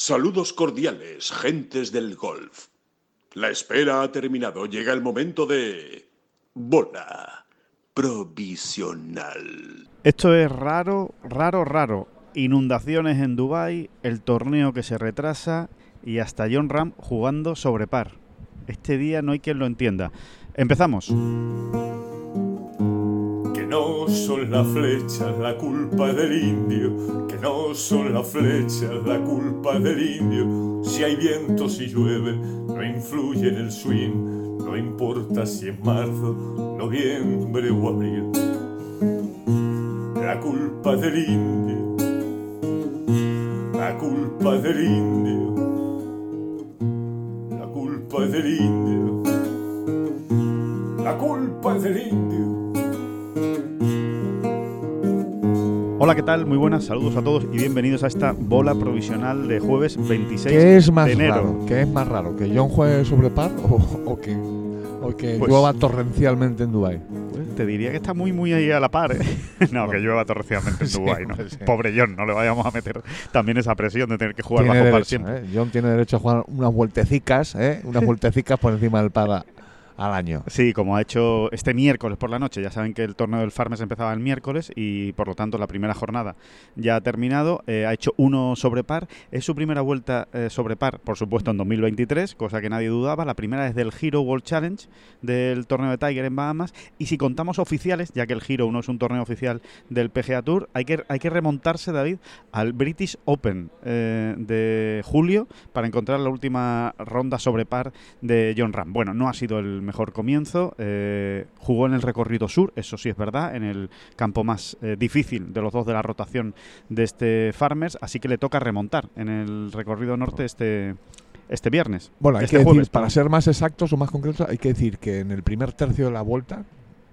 Saludos cordiales, gentes del golf. La espera ha terminado. Llega el momento de... bola provisional. Esto es raro. Inundaciones en Dubái, el torneo que se retrasa y hasta Jon Rahm jugando sobre par. Este día no hay quien lo entienda. Empezamos. Que no son las flechas la culpa del indio, que no son las flechas la culpa del indio. Si hay viento, si llueve, no influye en el swing, no importa si es marzo, noviembre o abril. La culpa del indio, la culpa del indio, la culpa del indio, la culpa del indio. Hola, ¿qué tal? Muy buenas, saludos a todos y bienvenidos a esta bola provisional de jueves 26 ¿Qué es más de enero. raro? ¿Qué es más raro? ¿Que John juegue sobre par o que Pues- llueva torrencialmente en Dubái? Te diría que está muy ahí a la par, ¿eh? No, que llueva torrencialmente en Sí, Dubái, ¿no? sí. Pobre John, no le vayamos a meter también esa presión de tener que jugar Tiene bajo par derecho, siempre. John tiene derecho a jugar unas vueltecicas por encima del par al año. Sí, como ha hecho este miércoles por la noche. Ya saben que el torneo del Farmers empezaba el miércoles y por lo tanto la primera jornada ya ha terminado. Ha hecho uno sobre par. Es su primera vuelta sobre par, por supuesto, en 2023, cosa que nadie dudaba. La primera es del Hero World Challenge, del torneo de Tiger en Bahamas. Y si contamos oficiales, ya que el Hero no es un torneo oficial del PGA Tour, hay que remontarse, David, al British Open de julio para encontrar la última ronda sobre par de Jon Rahm. Bueno, no ha sido el mejor comienzo, jugó en el recorrido sur, eso sí es verdad, en el campo más difícil de los dos de la rotación de este Farmers, así que le toca remontar en el recorrido norte este viernes. Bueno, hay este que decir, jueves, para perdón. ser más exactos o más concretos, hay que decir que en el primer tercio de la vuelta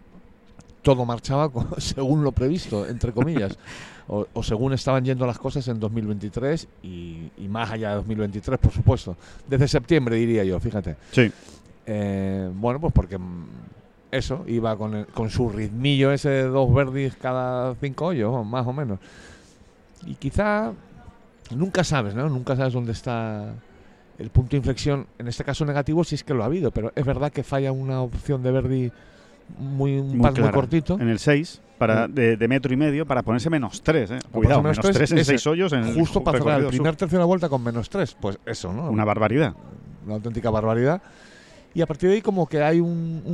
todo marchaba según lo previsto, entre comillas, o según estaban yendo las cosas en 2023 y más allá de 2023, por supuesto. Desde septiembre, diría yo, fíjate. Sí. Bueno, pues porque eso, iba con su ritmillo ese de 2 birdies cada 5 hoyos, más o menos. Y quizá, nunca sabes, ¿no? Nunca sabes dónde está el punto de inflexión, en este caso negativo, si es que lo ha habido, pero es verdad que falla una opción de birdie un par muy clara. cortito. En el 6, de metro y medio, para ponerse -3, Cuidado, ponerse -3 en ese, 6 hoyos en el justo para cerrar el recorrido primer sur. tercio de la vuelta con -3, pues eso, ¿no? Una barbaridad. Una auténtica barbaridad. Y a partir de ahí como que hay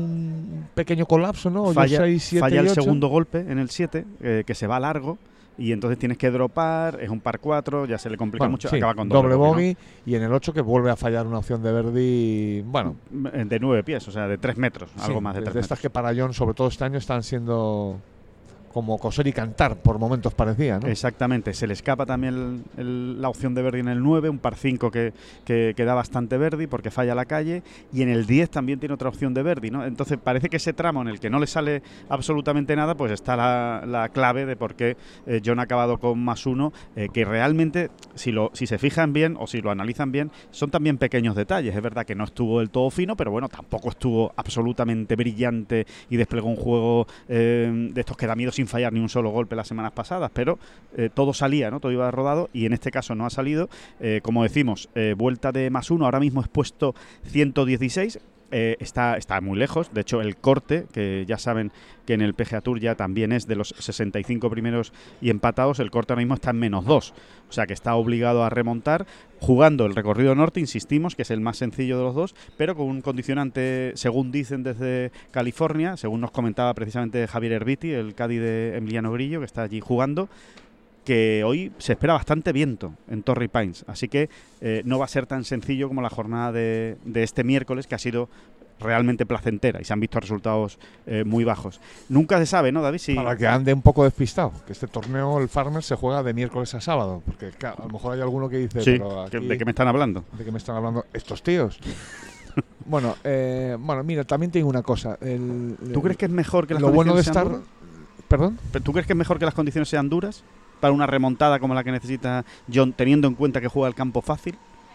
un pequeño colapso, ¿no? Falla, 6, 7 falla y el 8. segundo golpe en el 7, que se va largo, y entonces tienes que dropar, es un par 4, ya se le complica Bueno, mucho, sí, acaba con doble bogey, bogey, y en el 8 que vuelve a fallar una opción de birdie, bueno, ¿no? De 9 pies, o sea, de 3 metros, algo sí, más de 3 de metros. estas que para John, sobre todo este año, están siendo como coser y cantar, por momentos parecía, ¿no? Exactamente, se le escapa también la opción de birdie en el 9, un par 5 que da bastante birdie porque falla la calle, y en el 10 también tiene otra opción de birdie, ¿no? Entonces parece que ese tramo en el que no le sale absolutamente nada, pues está la clave de por qué John ha acabado con +1, que realmente, si se fijan bien o si lo analizan bien, son también pequeños detalles. Es verdad que no estuvo del todo fino, pero bueno, tampoco estuvo absolutamente brillante y desplegó un juego de estos que da miedo sin fallar ni un solo golpe las semanas pasadas, pero todo salía, ¿no? Todo iba rodado, y en este caso no ha salido. Como decimos, vuelta de +1, ahora mismo es puesto 116. Está muy lejos. De hecho, el corte, que ya saben que en el PGA Tour ya también es de los 65 primeros y empatados, el corte ahora mismo está en -2, o sea que está obligado a remontar, jugando el recorrido norte, insistimos, que es el más sencillo de los dos, pero con un condicionante, según dicen desde California, según nos comentaba precisamente Javier Herbiti, el caddy de Emiliano Grillo, que está allí jugando, que hoy se espera bastante viento en Torrey Pines, así que no va a ser tan sencillo como la jornada de este miércoles, que ha sido realmente placentera y se han visto resultados muy bajos. Nunca se sabe, ¿no, David? Para que ande un poco despistado, que este torneo, el Farmers, se juega de miércoles a sábado, porque claro, a lo mejor hay alguno que dice, Sí, pero aquí, ¿de qué me están hablando? ¿de qué me están hablando estos tíos? Bueno, mira, también tengo una cosa. ¿Tú crees que es mejor que las lo bueno de condiciones sean estar... duras? ¿Perdón? ¿Tú crees que es mejor que las condiciones sean duras para una remontada como la que necesita John, teniendo en cuenta que juega el campo fácil?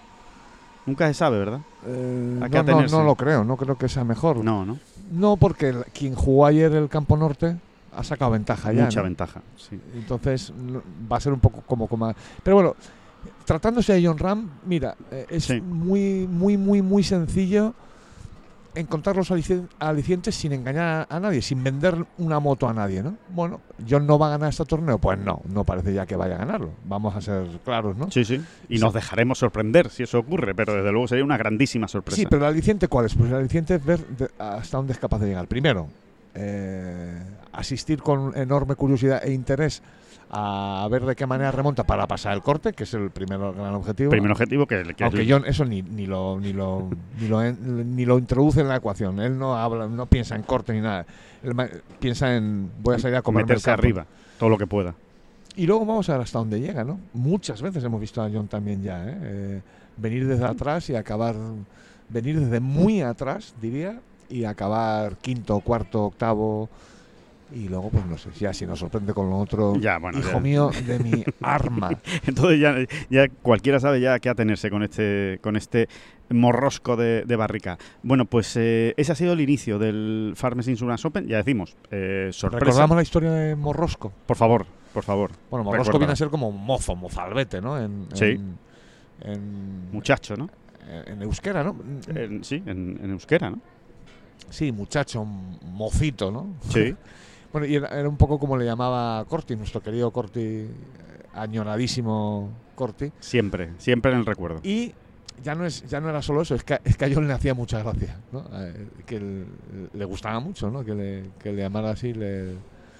Nunca se sabe, ¿verdad? ¿A qué atenerse? No lo creo, no creo que sea mejor. No. No, porque quien jugó ayer el campo norte ha sacado ventaja ya. Mucha ¿no? ventaja, sí. Entonces va a ser un poco como... Pero bueno, Tratándose de John Ram, mira, es Sí. muy sencillo encontrar los alicientes sin engañar a nadie, sin vender una moto a nadie, ¿no? Bueno, ¿John no va a ganar este torneo? Pues no parece ya que vaya a ganarlo. Vamos a ser claros, ¿no? Sí, sí. Y Sí. nos dejaremos sorprender si eso ocurre, pero desde luego sería una grandísima sorpresa. Sí, pero el aliciente, ¿cuál es? Pues el aliciente es ver hasta dónde es capaz de llegar. Primero, asistir con enorme curiosidad e interés a ver de qué manera remonta para pasar el corte, que es el primer gran objetivo. Primer objetivo que Aunque John eso ni lo introduce en la ecuación. Él no piensa en corte ni nada. Él piensa en voy a salir a comerme meterse el campo. arriba, todo lo que pueda. Y luego vamos a ver hasta dónde llega, ¿no? Muchas veces hemos visto a John también ya, venir desde atrás y acabar, venir desde muy atrás, diría, y acabar quinto, cuarto, octavo. Y luego, pues no sé, ya si nos sorprende con lo otro, Ya, bueno, hijo ya. mío de mi arma. Entonces ya cualquiera sabe ya a qué atenerse con este morrosco de barrica. Bueno, pues ese ha sido el inicio del Farmers Insurance Open. Ya decimos, sorpresa. ¿Recordamos la historia de Morrosco? Por favor. Bueno, Morrosco Recuerda. viene a ser como mozalbete, ¿no? Sí. En Muchacho, ¿no? en euskera, ¿no? Sí, en euskera, ¿no? Sí, muchacho, mocito, ¿no? Sí. Bueno, y era un poco como le llamaba Corti, nuestro querido Corti, añoradísimo Corti. Siempre en el recuerdo. Y ya no era solo eso, es que a John le hacía mucha gracia, ¿no? Que le gustaba mucho, ¿no? Que le llamara así, le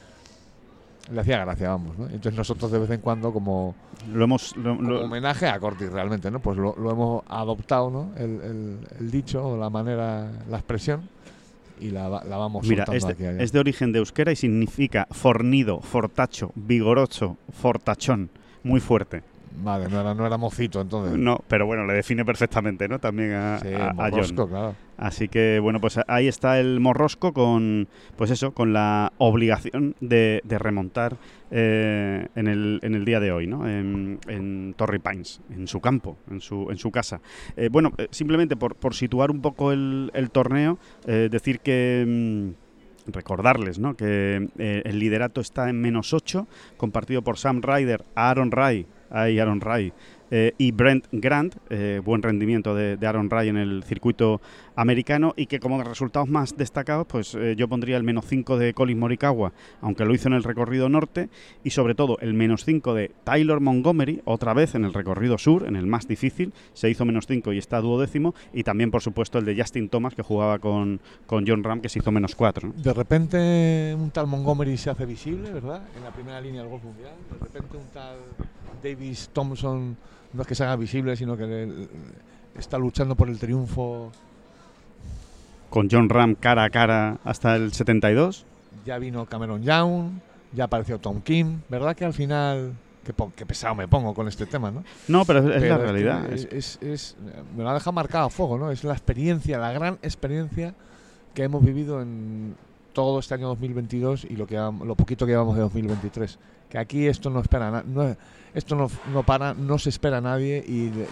hacía gracia, vamos, ¿no? Entonces nosotros de vez en cuando como como homenaje a Corti realmente, ¿no? Pues lo hemos adoptado, ¿no? El dicho, o la manera, la expresión, y la vamos Mira, soltando aquí allá. es de origen de euskera y significa fornido, fortacho, vigoroso, fortachón, muy fuerte. Vale, no era mocito entonces. No, pero bueno, le define perfectamente, ¿no? También a Morrosco, John. claro. Así que bueno, pues ahí está el Morrosco con, pues eso, con la obligación de remontar en el día de hoy, ¿no? En Torrey Pines, en su campo, en su casa. Simplemente por situar un poco el torneo, decir que recordarles, ¿no? Que el liderato está en -8, compartido por Sam Ryder, Aaron Rai y Brent Grant, buen rendimiento de Aaron Rai en el circuito americano, y que como resultados más destacados, pues yo pondría el -5 de Collin Morikawa, aunque lo hizo en el recorrido norte, y sobre todo el -5 de Tyler Montgomery, otra vez en el recorrido sur, en el más difícil, se hizo -5 y está 12º, y también por supuesto el de Justin Thomas, que jugaba con John Ram, que se hizo -4, ¿no? De repente un tal Montgomery se hace visible, ¿verdad? En la primera línea del golf mundial. De repente un tal Davis Thompson no es que se haga visible, sino que está luchando por el triunfo. Con John Ram cara a cara hasta el 72. Ya vino Cameron Young, ya apareció Tom Kim, ¿verdad? Que al final, que pesado me pongo con este tema, ¿no? No, pero es la que realidad. me lo ha dejado marcado a fuego, ¿no? Es la experiencia, la gran experiencia que hemos vivido en todo este año 2022 y lo poquito que llevamos de 2023. Que aquí esto no espera, esto no para, no se espera a nadie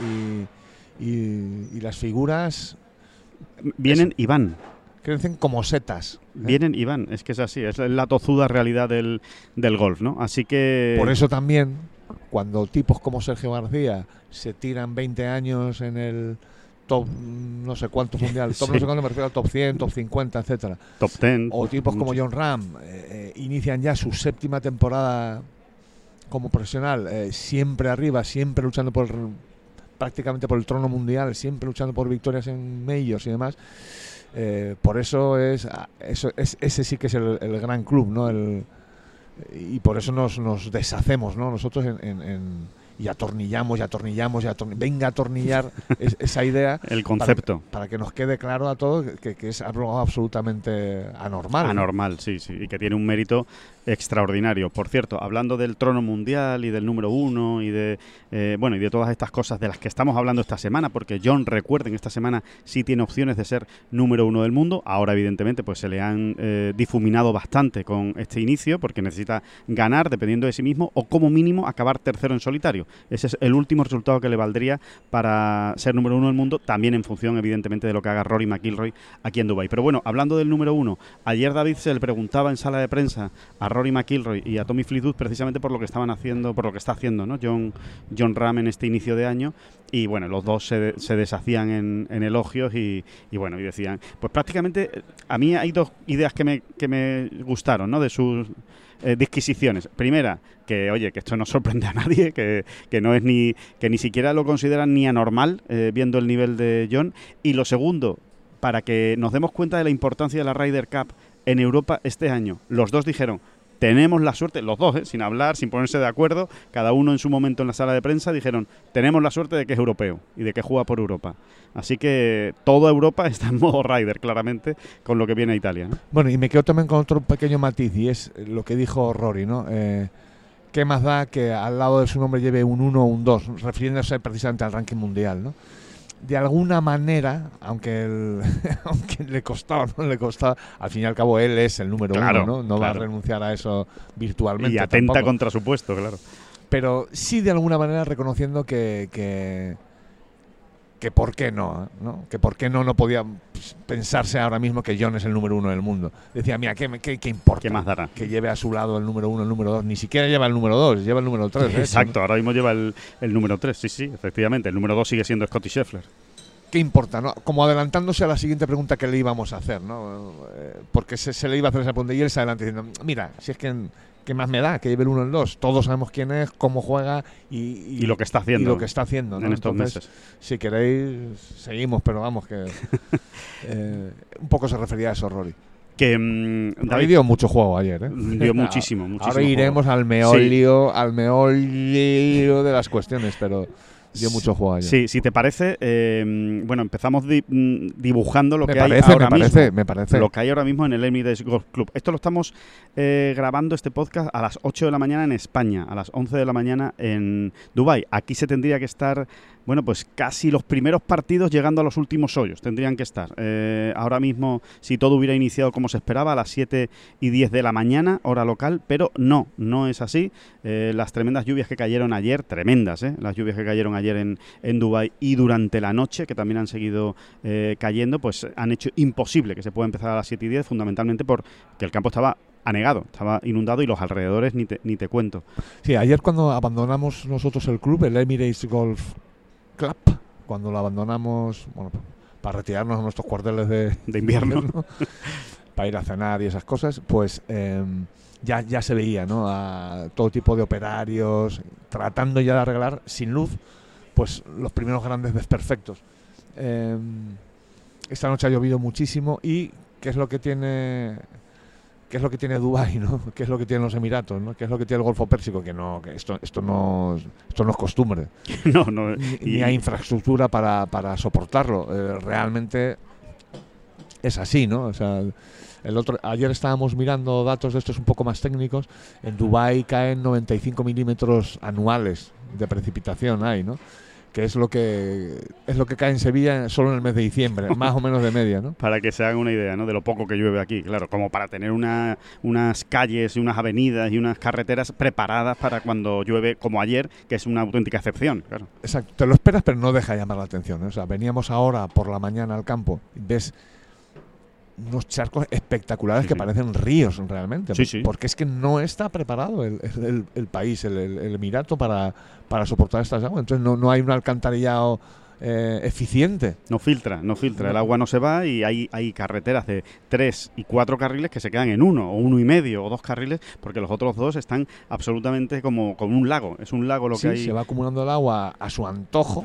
y las figuras Vienen y van. crecen como setas. Vienen y van, es que es así, es la tozuda realidad del golf, ¿no? Así que... Por eso también, cuando tipos como Sergio García se tiran 20 años en el top no sé cuánto mundial, top Sí. no sé cuánto, me refiero al top 100, top 50, etcétera. Top 10. O tipos como John Ram inician ya su 7ª temporada como profesional, siempre arriba, siempre luchando prácticamente por el trono mundial, siempre luchando por victorias en majors y demás. Por eso ese sí que es el gran club, ¿no? Y por eso nos deshacemos, ¿no? Nosotros y atornillamos. Venga a atornillar esa idea. El concepto. Para que nos quede claro a todos que es algo absolutamente anormal. Anormal, sí, y que tiene un mérito extraordinario. Por cierto, hablando del trono mundial y del número 1 y de y de todas estas cosas de las que estamos hablando esta semana, porque John, recuerden, esta semana sí tiene opciones de ser número 1 del mundo. Ahora, evidentemente, pues se le han difuminado bastante con este inicio, porque necesita ganar dependiendo de sí mismo o como mínimo acabar tercero en solitario. Ese es el último resultado que le valdría para ser número 1 del mundo, también en función, evidentemente, de lo que haga Rory McIlroy aquí en Dubái. Pero bueno, hablando del número 1, ayer David se le preguntaba en sala de prensa a Rory McIlroy y a Tommy Fleetwood precisamente por lo que estaban haciendo, por lo que está haciendo, ¿no? Jon Rahm en este inicio de año, y bueno, los dos se deshacían en elogios y bueno, y decían, pues prácticamente a mí hay dos ideas que me gustaron, ¿no? De sus disquisiciones. Primera, que oye, que esto no sorprende a nadie, que no es que ni siquiera lo consideran ni anormal, viendo el nivel de Jon. Y lo segundo, para que nos demos cuenta de la importancia de la Ryder Cup en Europa este año. Los dos dijeron, tenemos la suerte, los dos, sin hablar, sin ponerse de acuerdo, cada uno en su momento en la sala de prensa, dijeron, tenemos la suerte de que es europeo y de que juega por Europa. Así que toda Europa está en modo Ryder, claramente, con lo que viene a Italia, ¿no? Bueno, y me quedo también con otro pequeño matiz, y es lo que dijo Rory, ¿no? ¿Qué más da que al lado de su nombre lleve un 1 o un 2, refiriéndose precisamente al ranking mundial, ¿no? De alguna manera, aunque le costaba, no le costaba, al fin y al cabo él es el número uno, ¿no? No va a renunciar a eso virtualmente. Y atenta tampoco. Contra su puesto, claro. Pero sí de alguna manera reconociendo que por qué no, ¿no? Que por qué no podía pensarse ahora mismo que Jon es el número 1 del mundo. Decía, mira, ¿qué importa? ¿Qué más dará? Que lleve a su lado el número 1, el número 2. Ni siquiera lleva el número 2, lleva el número 3. Exacto, ¿no? Ahora mismo lleva el número 3, sí, efectivamente. El número 2 sigue siendo Scottie Scheffler. ¿Qué importa, no? Como adelantándose a la siguiente pregunta que le íbamos a hacer, ¿no? Porque se le iba a hacer esa pregunta y él se adelanta diciendo, mira, si es que ¿qué más me da? Que lleve el 1 o el 2. Todos sabemos quién es, cómo juega y lo que está haciendo. Y lo que está haciendo, ¿no? En estos Entonces, meses. Si queréis, seguimos, pero vamos, que un poco se refería a eso, Rory. Que David dio mucho juego ayer, ¿eh? Dio muchísimo Ahora iremos juego. al meolio de las cuestiones, pero dio mucho juego ayer. Sí, si te parece, bueno, empezamos dibujando lo Me que hay ahora mismo. Me parece. Lo que hay ahora mismo en el Emirates Golf Club. Esto lo estamos grabando, este podcast, a las 8 de la mañana en España, a las 11 de la mañana en Dubái. Aquí se tendría que estar, bueno, pues casi los primeros partidos llegando a los últimos hoyos. Tendrían que estar. Ahora mismo, si todo hubiera iniciado como se esperaba, a las 7:10 de la mañana, hora local, pero no es así. Las tremendas lluvias que cayeron ayer, tremendas, las lluvias que cayeron ayer en Dubái y durante la noche, que también han seguido cayendo, pues han hecho imposible que se pueda empezar a las 7:10, fundamentalmente porque el campo estaba anegado, estaba inundado y los alrededores ni te cuento. Sí, ayer cuando abandonamos nosotros el club, el Emirates Golf Club, cuando lo abandonamos, bueno, para retirarnos a nuestros cuarteles de invierno, para ir a cenar y esas cosas, pues ya se veía, ¿no? A todo tipo de operarios tratando ya de arreglar sin luz, pues los primeros grandes desperfectos. Esta noche ha llovido muchísimo y ¿qué es lo que tiene Dubái, ¿no? ¿Qué es lo que tienen los Emiratos, ¿no? ¿Qué es lo que tiene el Golfo Pérsico? Que esto no es costumbre. No, ni hay infraestructura para soportarlo. Realmente es así, ¿no? O sea, ayer estábamos mirando datos de estos un poco más técnicos. En Dubái caen 95 milímetros anuales de precipitación, ¿no? Que es lo que cae en Sevilla solo en el mes de diciembre, más o menos de media, ¿no? Para que se hagan una idea, ¿no? De lo poco que llueve aquí, claro, como para tener unas calles y unas avenidas y unas carreteras preparadas para cuando llueve como ayer, que es una auténtica excepción, claro. Exacto, te lo esperas, pero no deja llamar la atención, ¿eh? O sea, veníamos ahora por la mañana al campo, ves unos charcos espectaculares que parecen ríos realmente, porque es que no está preparado el país, el Emirato para soportar estas aguas. Entonces no hay un alcantarillado eficiente. No filtra, el agua no se va y hay carreteras de 3 y 4 carriles que se quedan en 1 o 1,5 o 2 carriles porque los otros 2 están absolutamente como un lago. Es un lago lo que hay. Se va acumulando el agua a su antojo.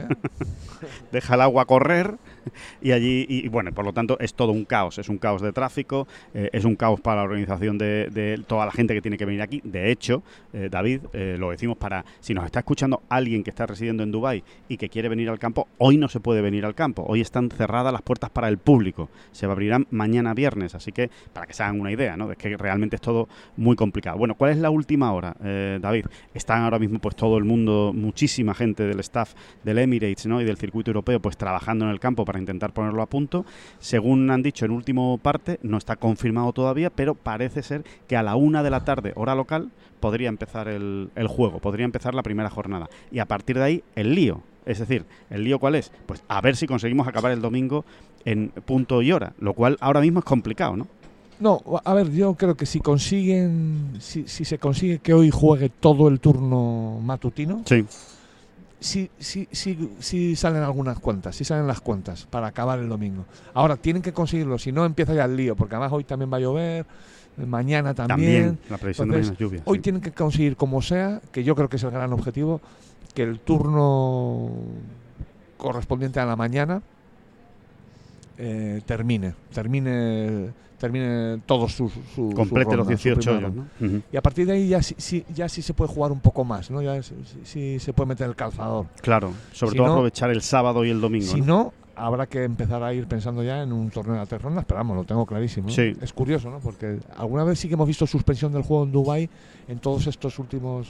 Deja el agua correr y allí, y bueno, por lo tanto es todo un caos. Es un caos de tráfico, es un caos para la organización de toda la gente que tiene que venir aquí. De hecho, David, lo decimos para, si nos está escuchando alguien que está residiendo en Dubái y que quiere venir al campo, hoy no se puede venir al campo. Hoy están cerradas las puertas para el público. Se abrirán mañana viernes, así que para que se hagan una idea, ¿no? Es que realmente es todo muy complicado. Bueno, ¿cuál es la última hora, David? Están ahora mismo pues todo el mundo, muchísima gente del staff del Emirates, ¿no? Y del circuito europeo, pues trabajando en el campo para intentar ponerlo a punto. Según han dicho en último parte, no está confirmado todavía, pero parece ser que a la 1 de la tarde, hora local, podría empezar el juego, podría empezar la primera jornada. Y a partir de ahí, el lío. Es decir, ¿el lío cuál es? Pues a ver si conseguimos acabar el domingo en punto y hora, lo cual ahora mismo es complicado, ¿no? No, a ver, yo creo que si se consigue que hoy juegue todo el turno matutino, sí salen algunas cuentas, sí salen las cuentas para acabar el domingo. Ahora tienen que conseguirlo, si no empieza ya el lío, porque además hoy también va a llover, mañana también. La previsión Entonces, de lluvia. Hoy tienen que conseguir como sea, que yo creo que es el gran objetivo, que el turno correspondiente a la mañana termine todos sus complete los rondas, 18 hoyos, ¿no? Uh-huh. Y a partir de ahí ya sí se puede jugar un poco más, ¿no? Ya sí se puede meter el calzador. Claro, sobre todo aprovechar el sábado y el domingo. Si no, habrá que empezar a ir pensando ya en un torneo de 3 rondas, pero vamos, lo tengo clarísimo, ¿no? Sí. Es curioso, ¿no? Porque alguna vez sí que hemos visto suspensión del juego en Dubái en todos estos últimos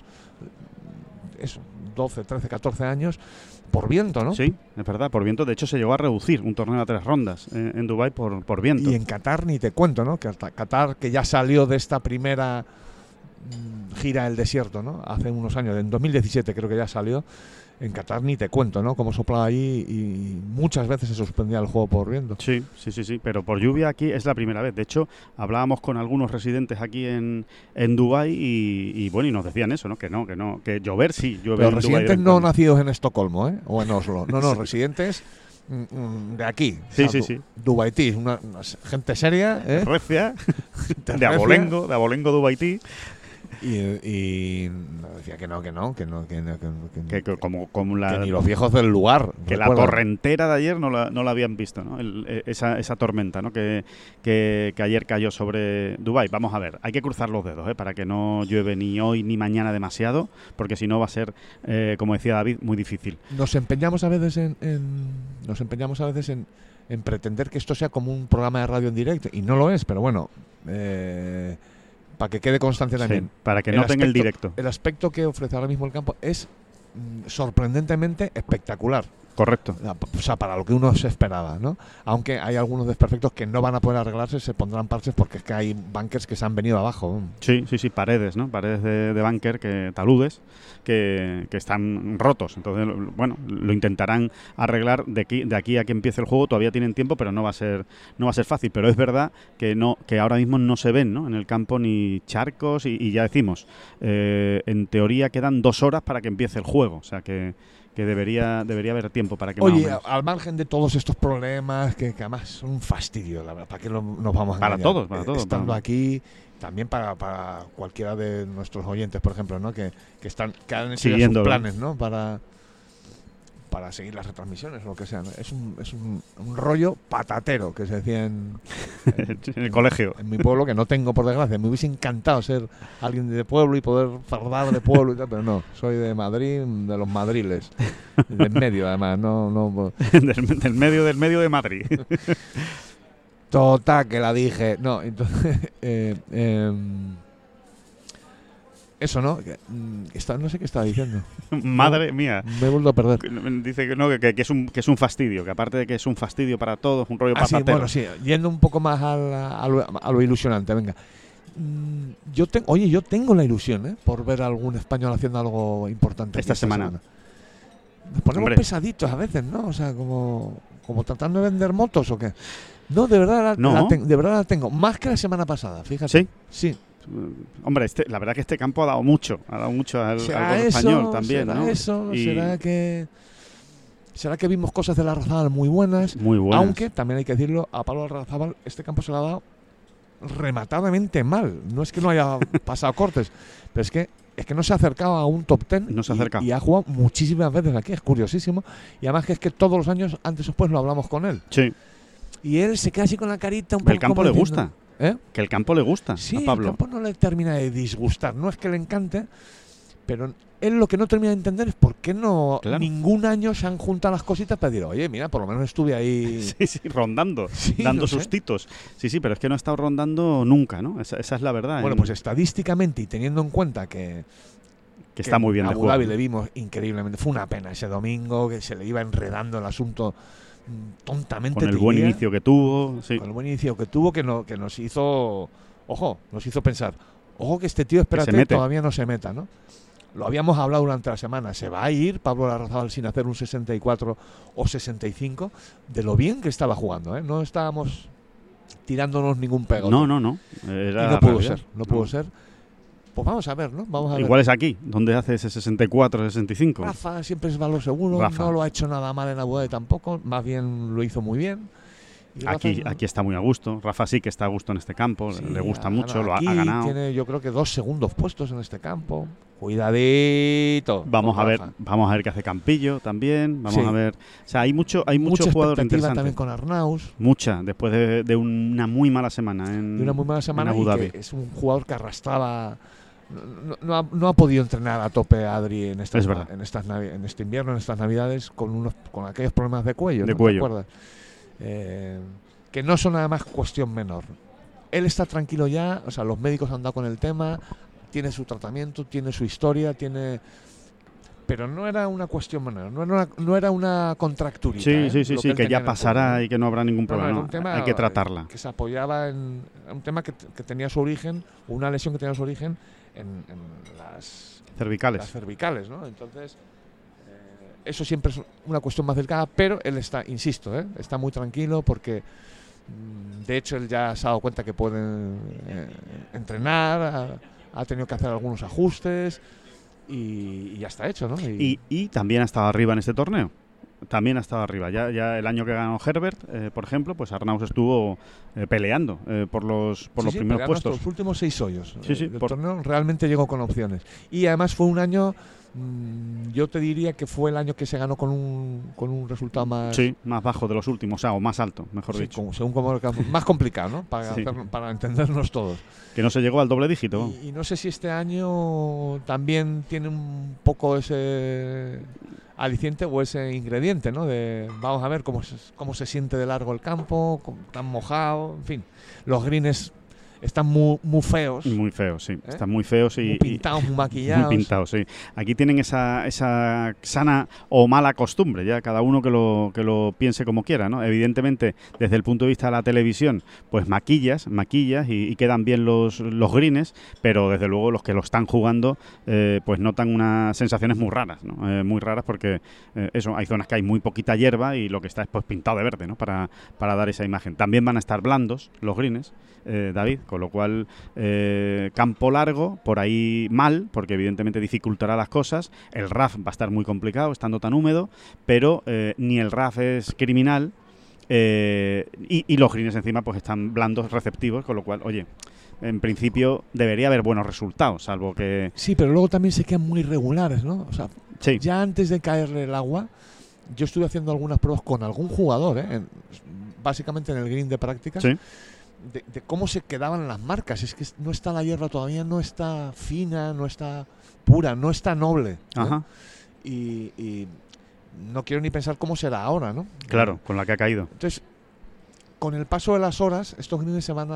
12, 13, 14 años por viento, ¿no? Sí, es verdad, por viento. De hecho, se llegó a reducir un torneo a 3 rondas en Dubái por viento. Y en Qatar ni te cuento, ¿no? Que hasta Qatar, que ya salió de esta primera gira del desierto, ¿no? Hace unos años, en 2017 creo que ya salió. En Qatar ni te cuento, ¿no? Como soplaba allí y muchas veces se suspendía el juego por viento. Sí, pero por lluvia aquí es la primera vez. De hecho, hablábamos con algunos residentes aquí en Dubái y bueno, y nos decían eso, ¿no? Que llover sí, llueve. Los residentes no nacidos en Estocolmo, ¿eh? O en Oslo. No, residentes de aquí. Sí. Dubaitíes, una gente seria, ¿eh? Recia, de Abolengo, Dubaití. Y decía que ni los viejos del lugar que recuerdan. La torrentera de ayer no la habían visto, ¿no? Esa tormenta, ¿no? que ayer cayó sobre Dubái. Vamos a ver, hay que cruzar los dedos, para que no llueve ni hoy ni mañana demasiado, porque si no va a ser, como decía David, muy difícil. Nos empeñamos a veces en pretender que esto sea como un programa de radio en directo, y no lo es, pero bueno, para que quede constancia también. Sí, para que noten el directo. El aspecto que ofrece ahora mismo el campo es sorprendentemente espectacular. Correcto. O sea, para lo que uno se esperaba, ¿no? Aunque hay algunos desperfectos que no van a poder arreglarse, se pondrán parches porque es que hay bunkers que se han venido abajo. Sí, paredes, ¿no? Paredes de búnker, taludes, que están rotos. Entonces, bueno, lo intentarán arreglar de aquí a que empiece el juego. Todavía tienen tiempo, pero no va a ser fácil. Pero es verdad que ahora mismo no se ven, ¿no? En el campo ni charcos y ya decimos, en teoría quedan 2 horas para que empiece el juego. O sea que debería haber tiempo para que... Oye, al margen de todos estos problemas que además son un fastidio, la verdad, ¿para qué nos vamos a engañar? Para todos. Estando aquí, también para cualquiera de nuestros oyentes, por ejemplo, ¿no? Que han hecho ya sus planes, ¿no? Para seguir las retransmisiones o lo que sea, ¿no? Es un rollo patatero, que se decía en el colegio. En mi pueblo, que no tengo, por desgracia. Me hubiese encantado ser alguien de pueblo y poder fardar de pueblo y tal, pero no. Soy de Madrid, de los madriles. Del medio, además. No. del medio de Madrid. Total, que la dije. No, entonces... Eso, ¿no? No sé qué estaba diciendo. Madre mía. Me he vuelto a perder. Dice que no, que es un fastidio, que aparte de que es un fastidio para todos, un rollo patatero. Sí, yendo un poco más a lo ilusionante, venga. Yo tengo la ilusión, por ver a algún español haciendo algo importante esta semana. Nos ponemos pesaditos a veces, ¿no? O sea, como tratando de vender motos o qué. No, de verdad la tengo. Más que la semana pasada, fíjate. Sí. Hombre, la verdad que este campo ha dado mucho al golf español también, ¿será ¿no? Eso, ¿Será que vimos cosas de Larrazábal muy buenas? Muy buenas. Aunque, también hay que decirlo, a Pablo Larrazábal este campo se le ha dado rematadamente mal. No es que no haya pasado cortes, pero es que no se ha acercado a un top 10 y ha jugado muchísimas veces aquí, es curiosísimo. Y además que es que todos los años, antes o después, lo hablamos con él. Sí. Y él se queda así con la carita un poco... El campo le gusta. Que el campo le gusta sí, a Pablo. El campo no le termina de disgustar. No es que le encante, pero él lo que no termina de entender es por qué ningún año se han juntado las cositas para decir, oye, mira, por lo menos estuve ahí... Sí, rondando, dando sustitos. Sí, pero es que no ha estado rondando nunca, ¿no? Esa es la verdad. Bueno, pues estadísticamente y teniendo en cuenta que está muy bien de juego. A Abu Dhabi le vimos increíblemente. Fue una pena ese domingo, que se le iba enredando el asunto tontamente. Con el buen inicio que tuvo. Sí. Con el buen inicio que tuvo, que nos hizo... nos hizo pensar, que este tío, espérate, todavía no se meta, ¿no? Lo habíamos hablado durante la semana. Se va a ir Pablo Larrazábal sin hacer un 64 o 65 de lo bien que estaba jugando, ¿eh? No estábamos tirándonos ningún pego. No. Y Era no la pudo realidad. ser, no pudo ser. Pues vamos a ver, ¿no? Vamos a ver. Igual es aquí, donde hace ese 64-65. Rafa siempre es valor seguro, Rafa. no lo ha hecho nada mal en Abu Dhabi tampoco, más bien lo hizo muy bien. Y Rafa Aquí está muy a gusto. Rafa sí que está a gusto en este campo, sí, le gusta ha mucho, ganado lo ha aquí, ganado. Tiene yo creo que 2 segundos puestos en este campo. Cuidadito. Vamos con a ver, Rafa. qué hace Campillo también. Vamos Sí. a ver. O sea, hay mucho Mucha jugador expectativa interesante. también con Arnaus. Mucha, después de una muy mala semana en, De una muy mala semana en Abu y Dhabi. que es un jugador que arrastraba. No ha podido entrenar a tope Adri en Es verdad. en este invierno, en estas navidades, con aquellos problemas de cuello. De ¿no? cuello. ¿Te acuerdas? Que no son además cuestión menor. Él está tranquilo ya, o sea, los médicos han dado con el tema, tiene su tratamiento, tiene su historia, pero no era una cuestión menor, no era una contracturita. Sí, lo él que tenía ya en el pasará cuello. y que no habrá ningún No, problema. era ¿no? un tema Hay que tratarla. que se apoyaba en un tema que tenía su origen, una lesión que tenía su origen en las Cervicales. cervicales, ¿no? Entonces, eso siempre es una cuestión más delicada, pero él está, insisto, está muy tranquilo porque, de hecho, él ya se ha dado cuenta que puede entrenar, ha tenido que hacer algunos ajustes y ya está hecho, ¿no? Y también ha estado arriba en este torneo. También ha estado arriba. Ya el año que ganó Herbert, por ejemplo, pues Arnaus estuvo peleando por los primeros peleando puestos. hasta los últimos 6 hoyos. Sí, El torneo realmente llegó con opciones. Y además fue un año, yo te diría que fue el año que se ganó con un resultado más... Sí, más bajo de los últimos, o más alto, mejor sí, dicho. según como más complicado, ¿no? Sí. Para entendernos todos. Que no se llegó al doble dígito. Y no sé si este año también tiene un poco ese aliciente o ese ingrediente, ¿no? De vamos a ver cómo se siente de largo el campo, tan mojado, en fin. Los greens están muy feos. Muy feos, sí. Están muy feos muy pintados, muy maquillados. Muy pintados, sí. Aquí tienen esa sana o mala costumbre, ya cada uno que lo piense como quiera, ¿no? Evidentemente, desde el punto de vista de la televisión, pues maquillas y quedan bien los greens, pero desde luego los que lo están jugando, pues notan unas sensaciones muy raras, ¿no? Muy raras porque hay zonas que hay muy poquita hierba y lo que está es pues pintado de verde, ¿no? Para dar esa imagen. También van a estar blandos los greens, David, con lo cual campo largo, por ahí mal, porque evidentemente dificultará las cosas. El RAF va a estar muy complicado estando tan húmedo, pero ni el RAF es criminal y los greens encima pues están blandos, receptivos, con lo cual, oye, en principio debería haber buenos resultados, salvo que... Sí, pero luego también se quedan muy regulares, ¿no? O sea, sí. Ya antes de caerle el agua, yo estuve haciendo algunas pruebas con algún jugador, básicamente en el green de práctica. Sí. De cómo se quedaban las marcas. Es que no está la hierba todavía, no está fina, no está pura, no está noble. Ajá. Y no quiero ni pensar cómo será ahora, ¿no? Claro, con la que ha caído. Entonces, con el paso de las horas, estos greens van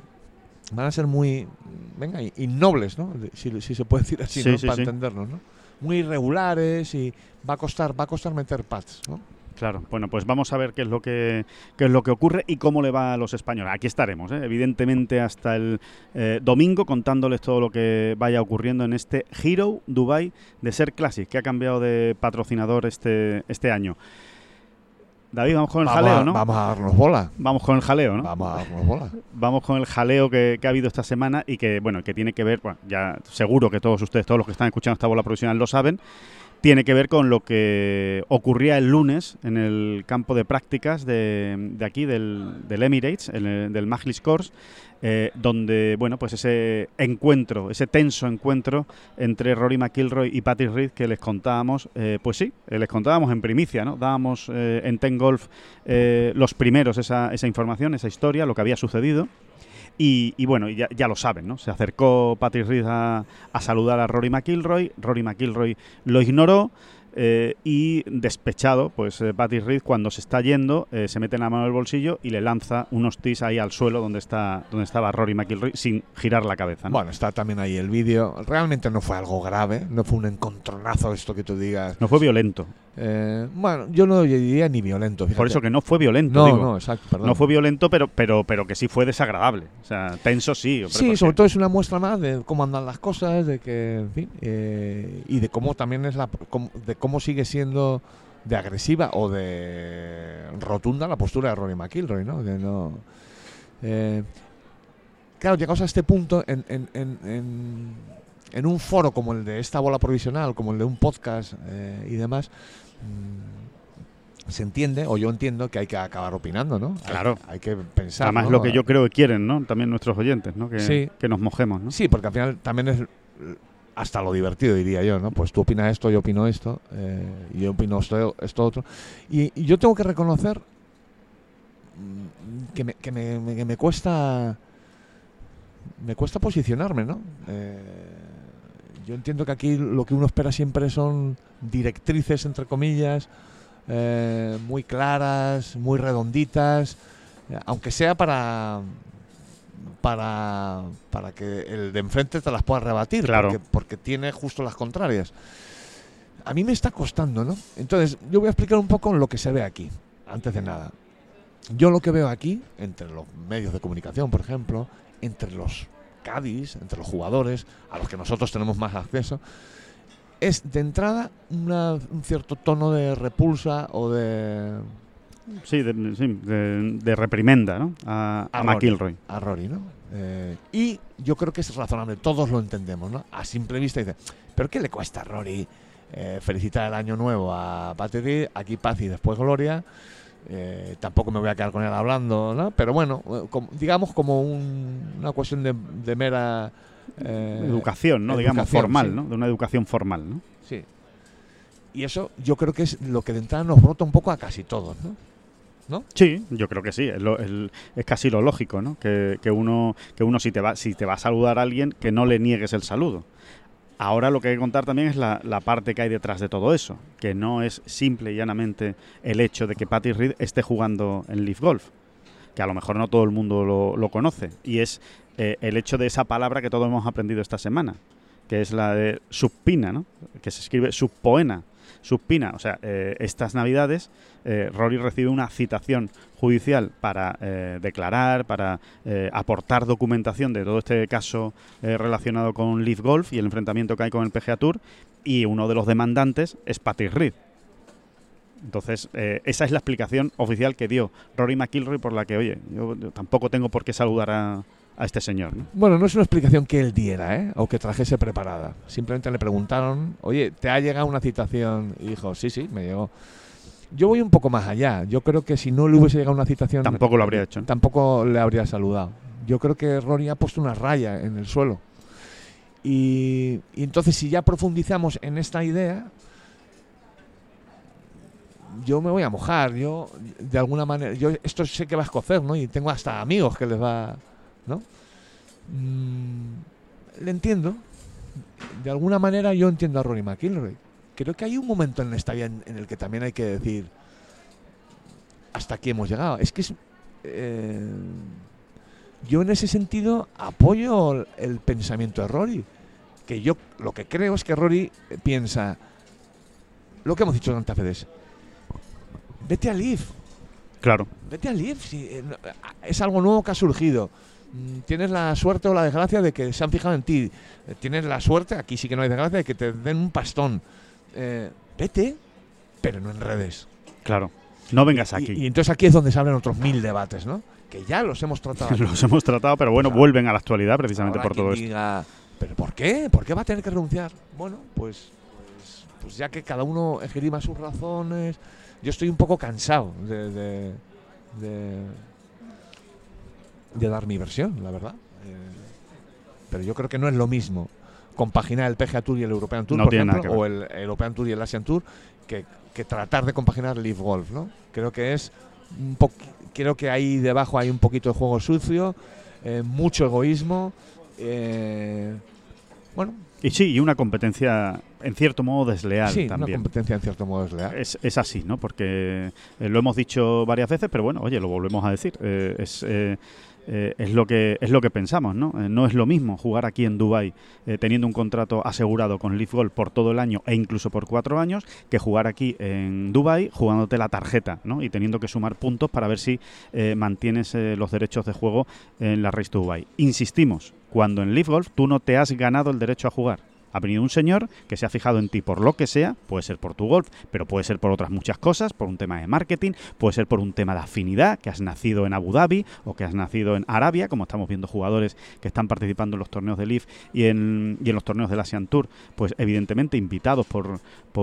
a ser muy innobles, ¿no? Si se puede decir así, Sí, ¿no? sí, Para sí. entendernos, ¿no? Muy irregulares y va a costar meter pads, ¿no? Claro, bueno, pues vamos a ver qué es lo que ocurre y cómo le va a los españoles. Aquí estaremos, evidentemente, hasta el domingo, contándoles todo lo que vaya ocurriendo en este Hero Dubai Desert Classic, que ha cambiado de patrocinador este año. David, vamos con el jaleo, ¿no? Vamos a darnos bola. Vamos con el jaleo, ¿no? Vamos a darnos bola. Vamos con el jaleo que ha habido esta semana y que tiene que ver, bueno, ya seguro que todos ustedes, todos los que están escuchando esta bola profesional lo saben, tiene que ver con lo que ocurría el lunes en el campo de prácticas de aquí, del Emirates, del Majlis Course, donde, bueno, pues ese tenso encuentro entre Rory McIlroy y Patrick Reed que les contábamos, pues sí, les contábamos en primicia, ¿no? Dábamos en Ten Golf los primeros esa información, esa historia, lo que había sucedido. Y bueno, ya lo saben, ¿no? Se acercó Patrick Reed a saludar a Rory McIlroy. Rory McIlroy lo ignoró y despechado, pues Patrick Reed cuando se está yendo se mete la mano en el bolsillo y le lanza unos tees ahí al suelo donde estaba Rory McIlroy sin girar la cabeza, ¿no? Bueno, está también ahí el vídeo. Realmente no fue algo grave, no fue un encontronazo esto que tú digas. No fue violento. Bueno, yo no diría ni violento. Fíjate. Por eso que no fue violento, no, digo. No, exacto, perdón. No fue violento, pero que sí fue desagradable. O sea, tenso sí. Sí, sobre todo es una muestra más de cómo andan las cosas, de que, en fin, y de cómo también de cómo sigue siendo de agresiva o de rotunda la postura de Rory McIlroy, ¿no? Que no Claro, llegados a este punto, en un foro como el de esta bola provisional, como el de un podcast y demás, se entiende, o yo entiendo, que hay que acabar opinando, ¿no? Claro. Hay que pensar. Además, ¿no? lo que yo creo que quieren, ¿no? También nuestros oyentes, ¿no? Que nos mojemos, ¿no? Sí, porque al final también es hasta lo divertido, diría yo, ¿no? Pues tú opinas esto, yo opino esto, yo opino esto otro. Y yo tengo que reconocer que me cuesta posicionarme, ¿no? Yo entiendo que aquí lo que uno espera siempre son directrices, entre comillas, muy claras, muy redonditas, aunque sea para que el de enfrente te las pueda rebatir, claro. porque tiene justo las contrarias. A mí me está costando, ¿no? Entonces, yo voy a explicar un poco lo que se ve aquí, antes de nada. Yo lo que veo aquí, entre los medios de comunicación, por ejemplo, entre los caddies, entre los jugadores, a los que nosotros tenemos más acceso, es de entrada un cierto tono de repulsa o de... Sí, de reprimenda, ¿no? A McIlroy. A Rory, ¿no? Y yo creo que es razonable, todos lo entendemos, ¿no? A simple vista dice, ¿pero qué le cuesta a Rory felicitar el año nuevo a Patrick Reed? Aquí paz y después gloria. Tampoco me voy a quedar con él hablando, ¿no? Pero bueno, digamos como una cuestión de mera... educación, ¿no? Digamos, formal, sí. ¿no? De una educación formal, ¿no? Sí. Y eso yo creo que es lo que de entrada nos brota un poco a casi todos, ¿no? Sí, yo creo que sí, es casi lo lógico, ¿no? Que uno si te va a saludar a alguien, que no le niegues el saludo. Ahora lo que hay que contar también es la parte que hay detrás de todo eso, que no es simple y llanamente el hecho de que Patrick Reed esté jugando en Leaf Golf, que a lo mejor no todo el mundo lo conoce, y es el hecho de esa palabra que todos hemos aprendido esta semana, que es la de subpina, ¿no? Que se escribe subpoena. Subpina, o sea, estas Navidades Rory recibe una citación judicial para declarar, para aportar documentación de todo este caso relacionado con Leaf Golf y el enfrentamiento que hay con el PGA Tour, y uno de los demandantes es Patrick Reed. Entonces, esa es la explicación oficial que dio Rory McIlroy, por la que, oye, yo tampoco tengo por qué saludar a este señor, ¿no? Bueno, no es una explicación que él diera, o que trajese preparada. Simplemente le preguntaron, oye, ¿te ha llegado una citación? Y dijo, sí, me llegó. Yo voy un poco más allá. Yo creo que si no le hubiese llegado una citación... Tampoco lo habría hecho, ¿no? Tampoco le habría saludado. Yo creo que Rory ha puesto una raya en el suelo. Y entonces, si ya profundizamos en esta idea, yo me voy a mojar. Yo, de alguna manera... esto sé que va a escocer, ¿no? Y tengo hasta amigos que les va... ¿no? Le entiendo. De alguna manera yo entiendo a Rory McIlroy. Creo que hay un momento en esta vida en el que también hay que decir hasta aquí hemos llegado. Es que yo en ese sentido apoyo el pensamiento de Rory. Que yo lo que creo es que Rory piensa lo que hemos dicho tantas veces. Vete a Leaf. Claro. Vete a Leaf. Si, es algo nuevo que ha surgido. Tienes la suerte o la desgracia de que se han fijado en ti. Tienes la suerte, aquí sí que no hay desgracia, de que te den un pastón. Vete, pero no en redes. Claro, no vengas aquí. Y entonces aquí es donde se abren otros 1000 debates, ¿no? Que ya los hemos tratado. Los hemos tratado, pero bueno, vuelven a la actualidad precisamente por todo esto. Diga, ¿pero por qué? ¿Por qué va a tener que renunciar? Bueno, pues ya que cada uno esgrima sus razones. Yo estoy un poco cansado de dar mi versión, la verdad. Pero yo creo que no es lo mismo compaginar el PGA Tour y el European Tour, no por ejemplo, o el European Tour y el Asian Tour, que tratar de compaginar Leaf Golf, ¿no? Creo que es creo que ahí debajo hay un poquito de juego sucio, mucho egoísmo, bueno. Y una competencia en cierto modo desleal, sí, también. Una competencia en cierto modo desleal. Es así, ¿no? Porque lo hemos dicho varias veces, pero bueno, oye, lo volvemos a decir. Es lo que pensamos, ¿no? No es lo mismo jugar aquí en Dubái teniendo un contrato asegurado con Leaf Golf por todo el año e incluso por 4 años, que jugar aquí en Dubái jugándote la tarjeta, ¿no? Y teniendo que sumar puntos para ver si mantienes los derechos de juego en la Race to Dubai. Insistimos, cuando en Leaf Golf tú no te has ganado el derecho a jugar. Ha venido un señor que se ha fijado en ti por lo que sea, puede ser por tu golf, pero puede ser por otras muchas cosas, por un tema de marketing, puede ser por un tema de afinidad, que has nacido en Abu Dhabi o que has nacido en Arabia, como estamos viendo jugadores que están participando en los torneos de Leaf y en los torneos del Asian Tour, pues evidentemente invitados por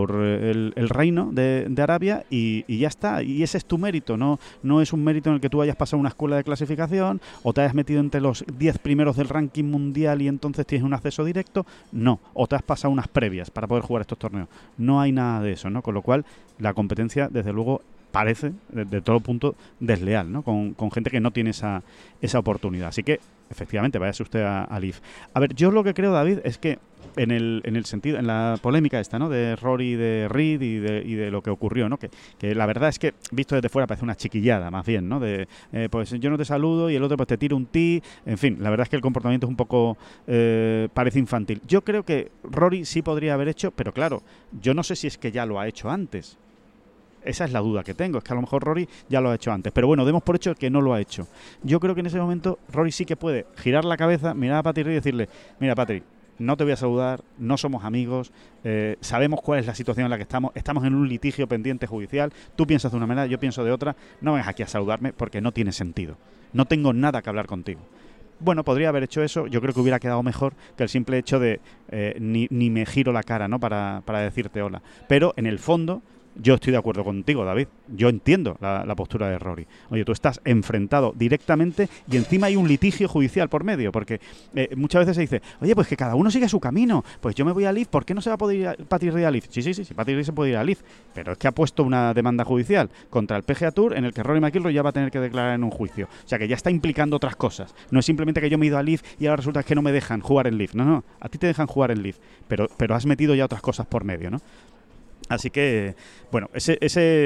el reino de Arabia y ya está. Y ese es tu mérito, no es un mérito en el que tú hayas pasado una escuela de clasificación o te hayas metido entre los 10 primeros del ranking mundial y entonces tienes un acceso directo, no. O te has pasado unas previas para poder jugar estos torneos. No hay nada de eso, ¿no? Con lo cual, la competencia, desde luego, parece, de todo punto, desleal, ¿no? Con gente que no tiene esa oportunidad. Así que, efectivamente, váyase usted a Leaf. A ver, yo lo que creo, David, es que en el sentido, en la polémica esta, ¿no? De Rory, de Reed y de lo que ocurrió, ¿no? Que la verdad es que, visto desde fuera, parece una chiquillada, más bien, ¿no? De, pues yo no te saludo y el otro pues te tiro un tee. En fin, la verdad es que el comportamiento es un poco, parece infantil. Yo creo que Rory sí podría haber hecho, pero claro, yo no sé si es que ya lo ha hecho antes. Esa es la duda que tengo, es que a lo mejor Rory ya lo ha hecho antes. Pero bueno, demos por hecho que no lo ha hecho. Yo creo que en ese momento Rory sí que puede girar la cabeza, mirar a Patrick Reed y decirle: mira, Patrick, no te voy a saludar, no somos amigos, sabemos cuál es la situación en la que estamos en un litigio pendiente judicial, tú piensas de una manera, yo pienso de otra, no vengas aquí a saludarme porque no tiene sentido. No tengo nada que hablar contigo. Bueno, podría haber hecho eso, yo creo que hubiera quedado mejor que el simple hecho de ni me giro la cara, ¿no? para decirte hola. Pero en el fondo, yo estoy de acuerdo contigo, David. Yo entiendo la postura de Rory. Oye, tú estás enfrentado directamente y encima hay un litigio judicial por medio, porque muchas veces se dice: oye, pues que cada uno sigue su camino. Pues yo me voy a Leaf, ¿por qué no se va a poder ir a Patrick Reed a Leaf? Sí, Patrick Reed se puede ir a Leaf, pero es que ha puesto una demanda judicial contra el PGA Tour en el que Rory McIlroy ya va a tener que declarar en un juicio. O sea, que ya está implicando otras cosas. No es simplemente que yo me he ido a Leaf y ahora resulta que no me dejan jugar en Leaf. No, a ti te dejan jugar en Leaf, pero has metido ya otras cosas por medio, ¿no? Así que, bueno, ese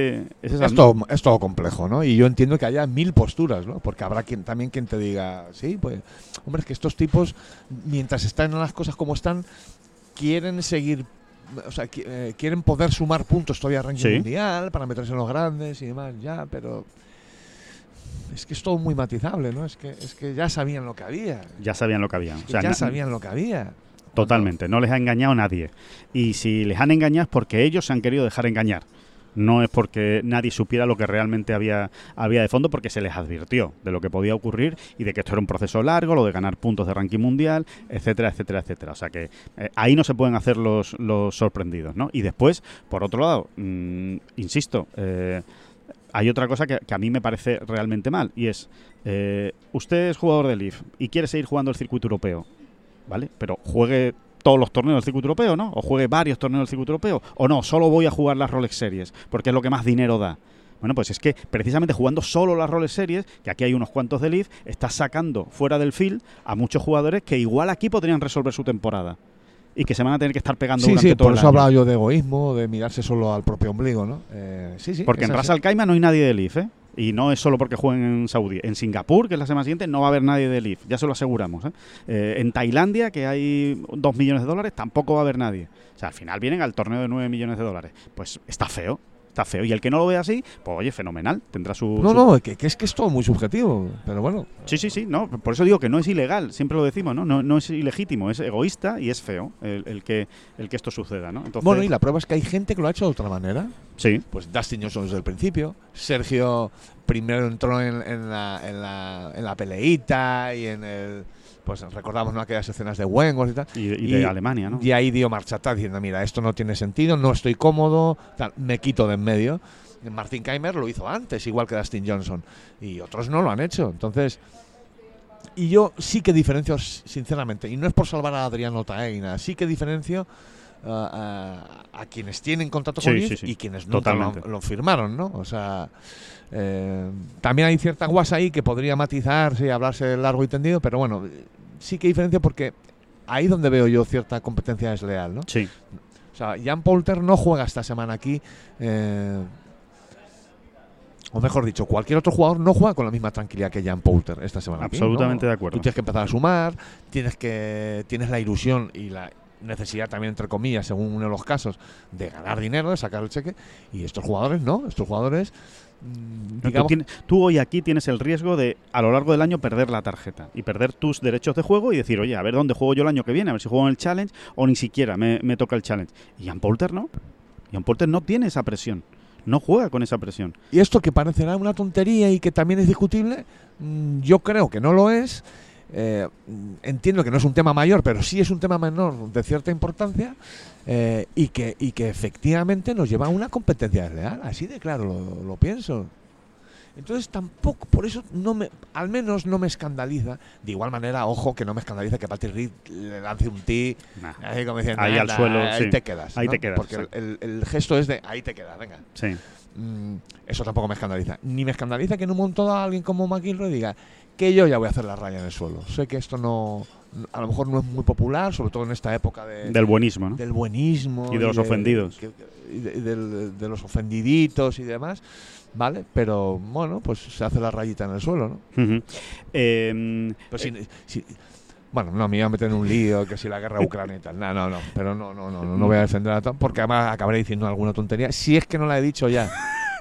es todo complejo, ¿no? Y yo entiendo que haya 1000 posturas, ¿no? Porque habrá quien te diga: sí, pues, hombre, es que estos tipos, mientras están en las cosas como están, quieren seguir, o sea, quieren poder sumar puntos todavía al ranking mundial para meterse en los grandes y demás, ya, pero es que es todo muy matizable, ¿no? Es que ya sabían lo que había. Ya sabían lo que había. O sea, sabían lo que había. Totalmente, no les ha engañado nadie. Y si les han engañado es porque ellos se han querido dejar engañar. No es porque nadie supiera lo que realmente había de fondo, porque se les advirtió de lo que podía ocurrir y de que esto era un proceso largo, lo de ganar puntos de ranking mundial, etcétera, etcétera, etcétera. O sea que ahí no se pueden hacer los sorprendidos, ¿no? Y después, por otro lado, insisto, hay otra cosa que a mí me parece realmente mal, y es, usted es jugador de Leaf y quiere seguir jugando el circuito europeo, ¿vale? Pero juegue todos los torneos del circuito europeo, ¿no? O juegue varios torneos del circuito europeo. O no, solo voy a jugar las Rolex Series, porque es lo que más dinero da. Bueno, pues es que precisamente jugando solo las Rolex Series, que aquí hay unos cuantos de Leaf, estás sacando fuera del field a muchos jugadores que igual aquí podrían resolver su temporada y que se van a tener que estar pegando durante todo el año. Por eso hablaba yo de egoísmo, de mirarse solo al propio ombligo, ¿no? Porque en Ras Al Khaimah no hay nadie de Leaf, ¿eh? Y no es solo porque jueguen en Saudí. En Singapur, que es la semana siguiente, no va a haber nadie de Leaf, ya se lo aseguramos, ¿eh? En Tailandia, que hay 2 millones de dólares, tampoco va a haber nadie. O sea, al final vienen al torneo de 9 millones de dólares. Pues está feo. Y el que no lo ve así, pues oye, fenomenal, tendrá su... No, que es todo muy subjetivo, pero bueno. Sí, no, por eso digo que no es ilegal, siempre lo decimos, ¿no? No es ilegítimo, es egoísta y es feo el que esto suceda, ¿no? Entonces, bueno, y la prueba es que hay gente que lo ha hecho de otra manera. Sí. Pues Dustin Johnson desde el principio, Sergio primero entró en la peleita y en el... Pues recordamos, ¿no?, aquellas escenas de Wengos y tal. Y de Alemania, ¿no? Y ahí dio marcha atrás diciendo: mira, esto no tiene sentido, no estoy cómodo, tal, me quito de en medio. Martin Kaymer lo hizo antes, igual que Dustin Johnson. Y otros no lo han hecho. Entonces, y yo sí que diferencio, sinceramente, y no es por salvar a Adriano Taegna, sí que diferencio a quienes tienen contrato con Leaf y quienes nunca lo firmaron, ¿no? O sea, también hay cierta guasa ahí que podría matizarse y hablarse largo y tendido, pero bueno, sí que diferencia porque ahí donde veo yo cierta competencia desleal, ¿no? Sí. O sea, Jan Poulter no juega esta semana aquí, o mejor dicho, cualquier otro jugador no juega con la misma tranquilidad que Jan Poulter esta semana. Absolutamente aquí, ¿no? de acuerdo. Tú tienes que empezar a sumar, tienes la ilusión y la necesidad también, entre comillas, según uno de los casos, de ganar dinero, de sacar el cheque, y estos jugadores no, estos jugadores digamos, tú hoy aquí tienes el riesgo de, a lo largo del año, perder la tarjeta y perder tus derechos de juego y decir, oye, a ver dónde juego yo el año que viene, a ver si juego en el Challenge o ni siquiera me toca el Challenge. Y Ian Poulter no. Ian Poulter no tiene esa presión. No juega con esa presión. Y esto que parecerá una tontería y que también es discutible, yo creo que no lo es. Entiendo que no es un tema mayor, pero sí es un tema menor de cierta importancia, y que efectivamente nos lleva a una competencia desleal. Así de claro lo pienso. Entonces tampoco, por eso al menos no me escandaliza. De igual manera, ojo, que no me escandaliza que Patrick Reed le lance un tee ahí, como diciendo, ahí al suelo, ahí sí. te quedas, ahí ¿no? te quedas. Porque el gesto es de ahí te quedas, venga. Sí. Eso tampoco me escandaliza. Ni me escandaliza que en un momento dado alguien como McIlroy diga que yo ya voy a hacer la raya en el suelo. Sé que esto a lo mejor no es muy popular, sobre todo en esta época del buenismo, ¿no? Del buenismo y de los ofendidos. De los ofendiditos y demás, ¿vale? Pero bueno, pues se hace la rayita en el suelo, ¿no? Uh-huh. Pues bueno, no me iba a meter en un lío, que si la guerra de Ucrania y tal. No, pero no voy a defender a Tom, porque además acabaré diciendo alguna tontería, si es que no la he dicho ya.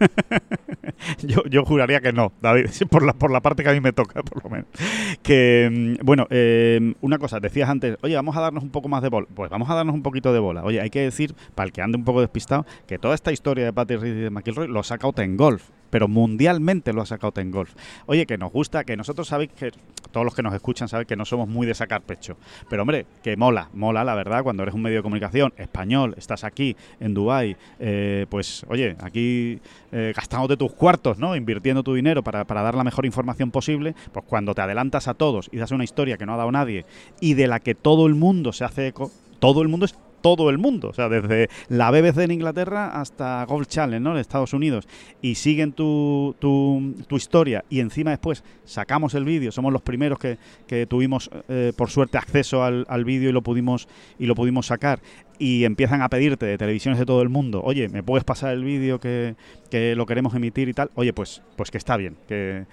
Yo juraría que no, David, por la parte que a mí me toca, por lo menos. Que, bueno, una cosa, decías antes, oye, vamos a darnos un poco más de bola. Pues vamos a darnos un poquito de bola. Oye, hay que decir, para el que ande un poco despistado, que toda esta historia de Patrick Reed y de McIlroy lo ha sacado Ten Golf, pero mundialmente lo ha sacado Ten Golf. Oye, que nos gusta, que nosotros sabéis que todos los que nos escuchan saben que no somos muy de sacar pecho, pero hombre, que mola la verdad, cuando eres un medio de comunicación español, estás aquí en Dubái, pues oye, aquí gastándote tus cuartos, ¿no? Invirtiendo tu dinero para dar la mejor información posible, pues cuando te adelantas a todos y das una historia que no ha dado nadie y de la que todo el mundo se hace eco, todo el mundo es todo el mundo, o sea, desde la BBC en Inglaterra hasta Golf Channel, ¿no?, en Estados Unidos, y siguen tu historia, y encima después sacamos el vídeo, somos los primeros que tuvimos por suerte acceso al vídeo y lo pudimos sacar, y empiezan a pedirte de televisiones de todo el mundo, oye, ¿me puedes pasar el vídeo que lo queremos emitir y tal? Oye, pues que está bien, que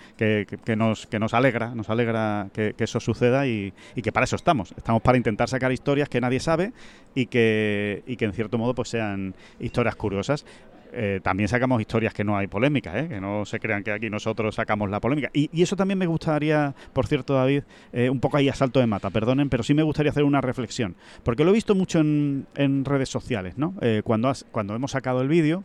nos alegra que eso suceda y que para eso estamos para intentar sacar historias que nadie sabe y que en cierto modo pues sean historias curiosas. También sacamos historias que no hay polémicas, que no se crean que aquí nosotros sacamos la polémica. Y eso también me gustaría, por cierto, David, un poco ahí a salto de mata, perdonen, pero sí me gustaría hacer una reflexión, porque lo he visto mucho en redes sociales, ¿no? Cuando hemos sacado el vídeo,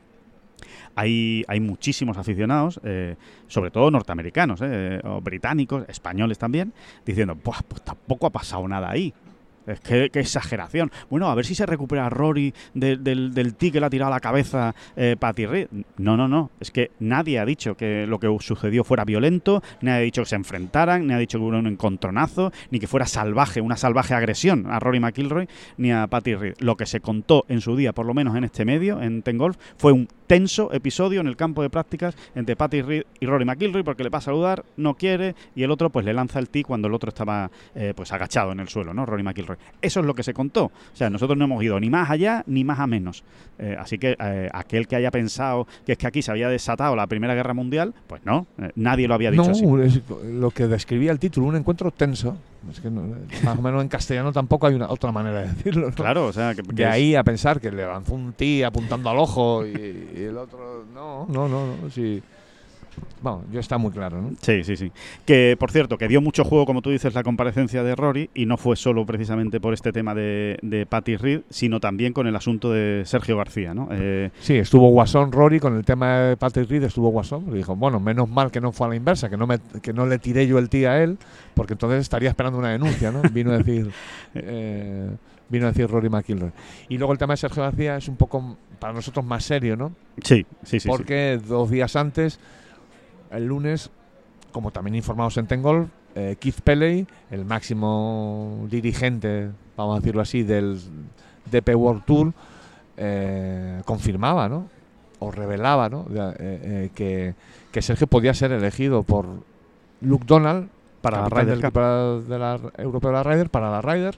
hay muchísimos aficionados, sobre todo norteamericanos, o británicos, españoles también, diciendo, pues tampoco ha pasado nada ahí. Es que qué exageración. Bueno, a ver si se recupera Rory del tee que le ha tirado a la cabeza Patrick Reed. No. Es que nadie ha dicho que lo que sucedió fuera violento, nadie ha dicho que se enfrentaran, nadie ha dicho que hubo un encontronazo, ni que fuera una salvaje agresión a Rory McIlroy ni a Patrick Reed. Lo que se contó en su día, por lo menos en este medio, en Ten Golf, fue un tenso episodio en el campo de prácticas entre Patrick Reed y Rory McIlroy, porque le va a saludar, no quiere, y el otro pues le lanza el tee cuando el otro estaba pues agachado en el suelo, ¿no? Rory McIlroy. Eso es lo que se contó. O sea, nosotros no hemos ido ni más allá ni más a menos. Así que aquel que haya pensado que es que aquí se había desatado la Primera Guerra Mundial, pues no, nadie lo había dicho así. No, es lo que describía el título, un encuentro tenso. Es que más o menos en castellano tampoco hay otra manera de decirlo, ¿no? Claro, o sea, que de ahí a pensar que le lanzó un tee apuntando al ojo y el otro no, sí. Bueno, ya está muy claro, ¿no? Sí. Que, por cierto, que dio mucho juego, como tú dices, la comparecencia de Rory, y no fue solo precisamente por este tema de Patrick Reed, sino también con el asunto de Sergio García, ¿no? Sí, estuvo guasón Rory con el tema de Patrick Reed, estuvo guasón. Y dijo, bueno, menos mal que no fue a la inversa, que no le tiré yo el tee a él, porque entonces estaría esperando una denuncia, ¿no? Vino a decir Rory McIlroy. Y luego el tema de Sergio García es un poco, para nosotros, más serio, ¿no? Sí. Porque 2 días antes, el lunes, como también informados en Ten Golf, Keith Pelley, el máximo dirigente, vamos a decirlo así, del DP World Tour, confirmaba, ¿no? O revelaba, ¿no? Que Sergio podía ser elegido por Luke Donald para el equipo de la europeo de la Ryder, para la Ryder.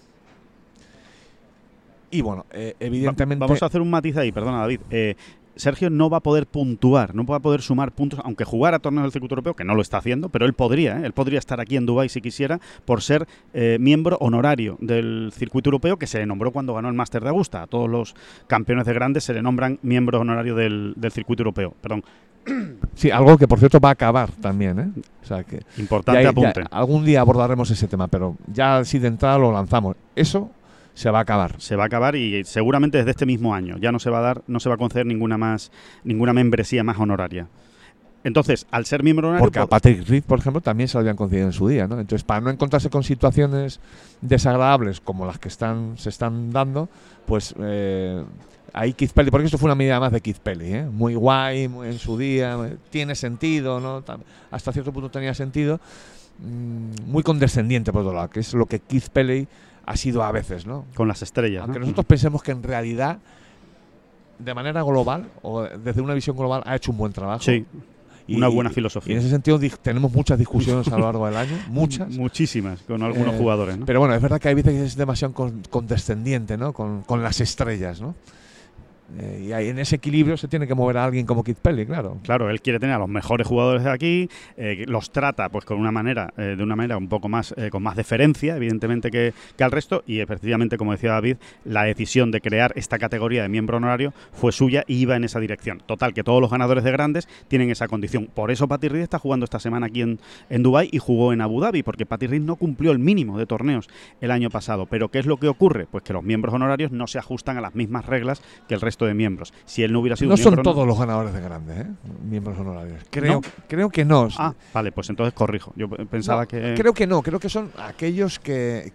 Y bueno, evidentemente... Vamos a hacer un matiz ahí, perdona, David. Sergio no va a poder puntuar, no va a poder sumar puntos, aunque jugara torneos del circuito europeo, que no lo está haciendo, pero él podría estar aquí en Dubái si quisiera, por ser miembro honorario del circuito europeo, que se le nombró cuando ganó el Máster de Augusta. A todos los campeones de grandes se le nombran miembros honorarios del circuito europeo. Perdón. Sí, algo que por cierto va a acabar también, ¿eh? O sea que Importante apunte. algún día abordaremos ese tema, pero ya así de entrada lo lanzamos. Eso se va a acabar. Se va a acabar y seguramente desde este mismo año. Ya no se va a conceder ninguna membresía más honoraria. Entonces, al ser miembro honorario... Porque a Patrick Reed, por ejemplo, también se lo habían concedido en su día, ¿no? Entonces, para no encontrarse con situaciones desagradables como las que se están dando, pues ahí Keith Pelley, porque esto fue una medida más de Keith Pelley, ¿eh? Muy guay, muy en su día, tiene sentido, ¿no? Hasta cierto punto tenía sentido, muy condescendiente por otro lado, que es lo que Keith Pelley ha sido a veces, ¿no? Con las estrellas, aunque ¿no? nosotros pensemos que en realidad, de manera global, o desde una visión global, ha hecho un buen trabajo. Sí. Una buena filosofía. Y en ese sentido tenemos muchas discusiones a lo largo del año, muchas. Muchísimas, con algunos jugadores, ¿no? Pero bueno, es verdad que hay veces que es demasiado condescendiente, ¿no? Con las estrellas, ¿no? Y ahí en ese equilibrio se tiene que mover a alguien como Keith Pelley, claro. Claro, él quiere tener a los mejores jugadores de aquí, los trata pues de una manera un poco más, con más deferencia, evidentemente, que al resto, y efectivamente, como decía David, la decisión de crear esta categoría de miembro honorario fue suya y iba en esa dirección. Total, que todos los ganadores de grandes tienen esa condición. Por eso Patrick Reed está jugando esta semana aquí en Dubái y jugó en Abu Dhabi, porque Patrick Reed no cumplió el mínimo de torneos el año pasado. Pero ¿qué es lo que ocurre? Pues que los miembros honorarios no se ajustan a las mismas reglas que el resto de miembros. Si él no hubiera sido no un miembro, son todos los ganadores de grandes, ¿eh? Miembros honorarios. Creo que no. Ah, vale, pues entonces corrijo. Yo pensaba que... Creo que no. Creo que son aquellos que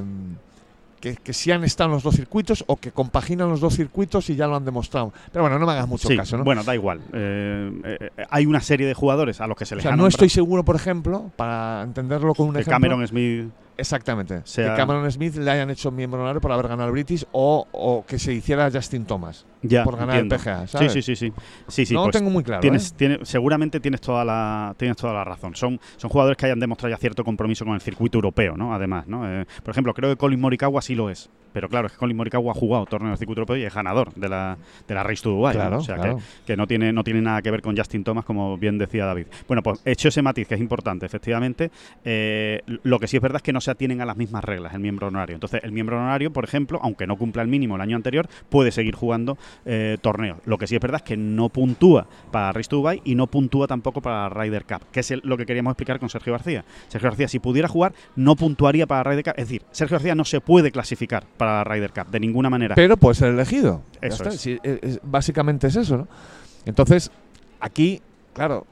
sí han estado en los dos circuitos o que compaginan los dos circuitos y ya lo han demostrado. Pero bueno, no me hagas mucho caso, ¿no? Bueno, da igual. Hay una serie de jugadores a los que se les no estoy seguro, por ejemplo, para entenderlo con un ejemplo, Cameron Smith... Exactamente. Que Cameron Smith le hayan hecho miembro honorario por haber ganado el British o que se hiciera Justin Thomas por ganar el PGA, ¿sabes? Sí, no pues lo tengo muy claro. Seguramente tienes toda la razón. Son jugadores que hayan demostrado ya cierto compromiso con el circuito europeo, ¿no? Además, ¿no? Por ejemplo, creo que Colin Morikawa sí lo es. Pero claro, es que Colin Morikawa ha jugado torneos de circuito europeo y es ganador de la Race to Dubai, claro, ¿no? O sea, claro. que no tiene nada que ver con Justin Thomas, como bien decía David. Bueno, pues hecho ese matiz, que es importante, efectivamente, lo que sí es verdad es que no se atienen a las mismas reglas el miembro honorario. Entonces, el miembro honorario, por ejemplo, aunque no cumpla el mínimo el año anterior, puede seguir jugando torneos. Lo que sí es verdad es que no puntúa para Race to Dubai y no puntúa tampoco para la Ryder Cup, que es lo que queríamos explicar con Sergio García. Sergio García, si pudiera jugar, no puntuaría para la Ryder Cup. Es decir, Sergio García no se puede clasificar para la Ryder Cup, de ninguna manera. Pero puede ser elegido. Eso es. Sí, básicamente es eso, ¿no? Entonces, aquí, claro,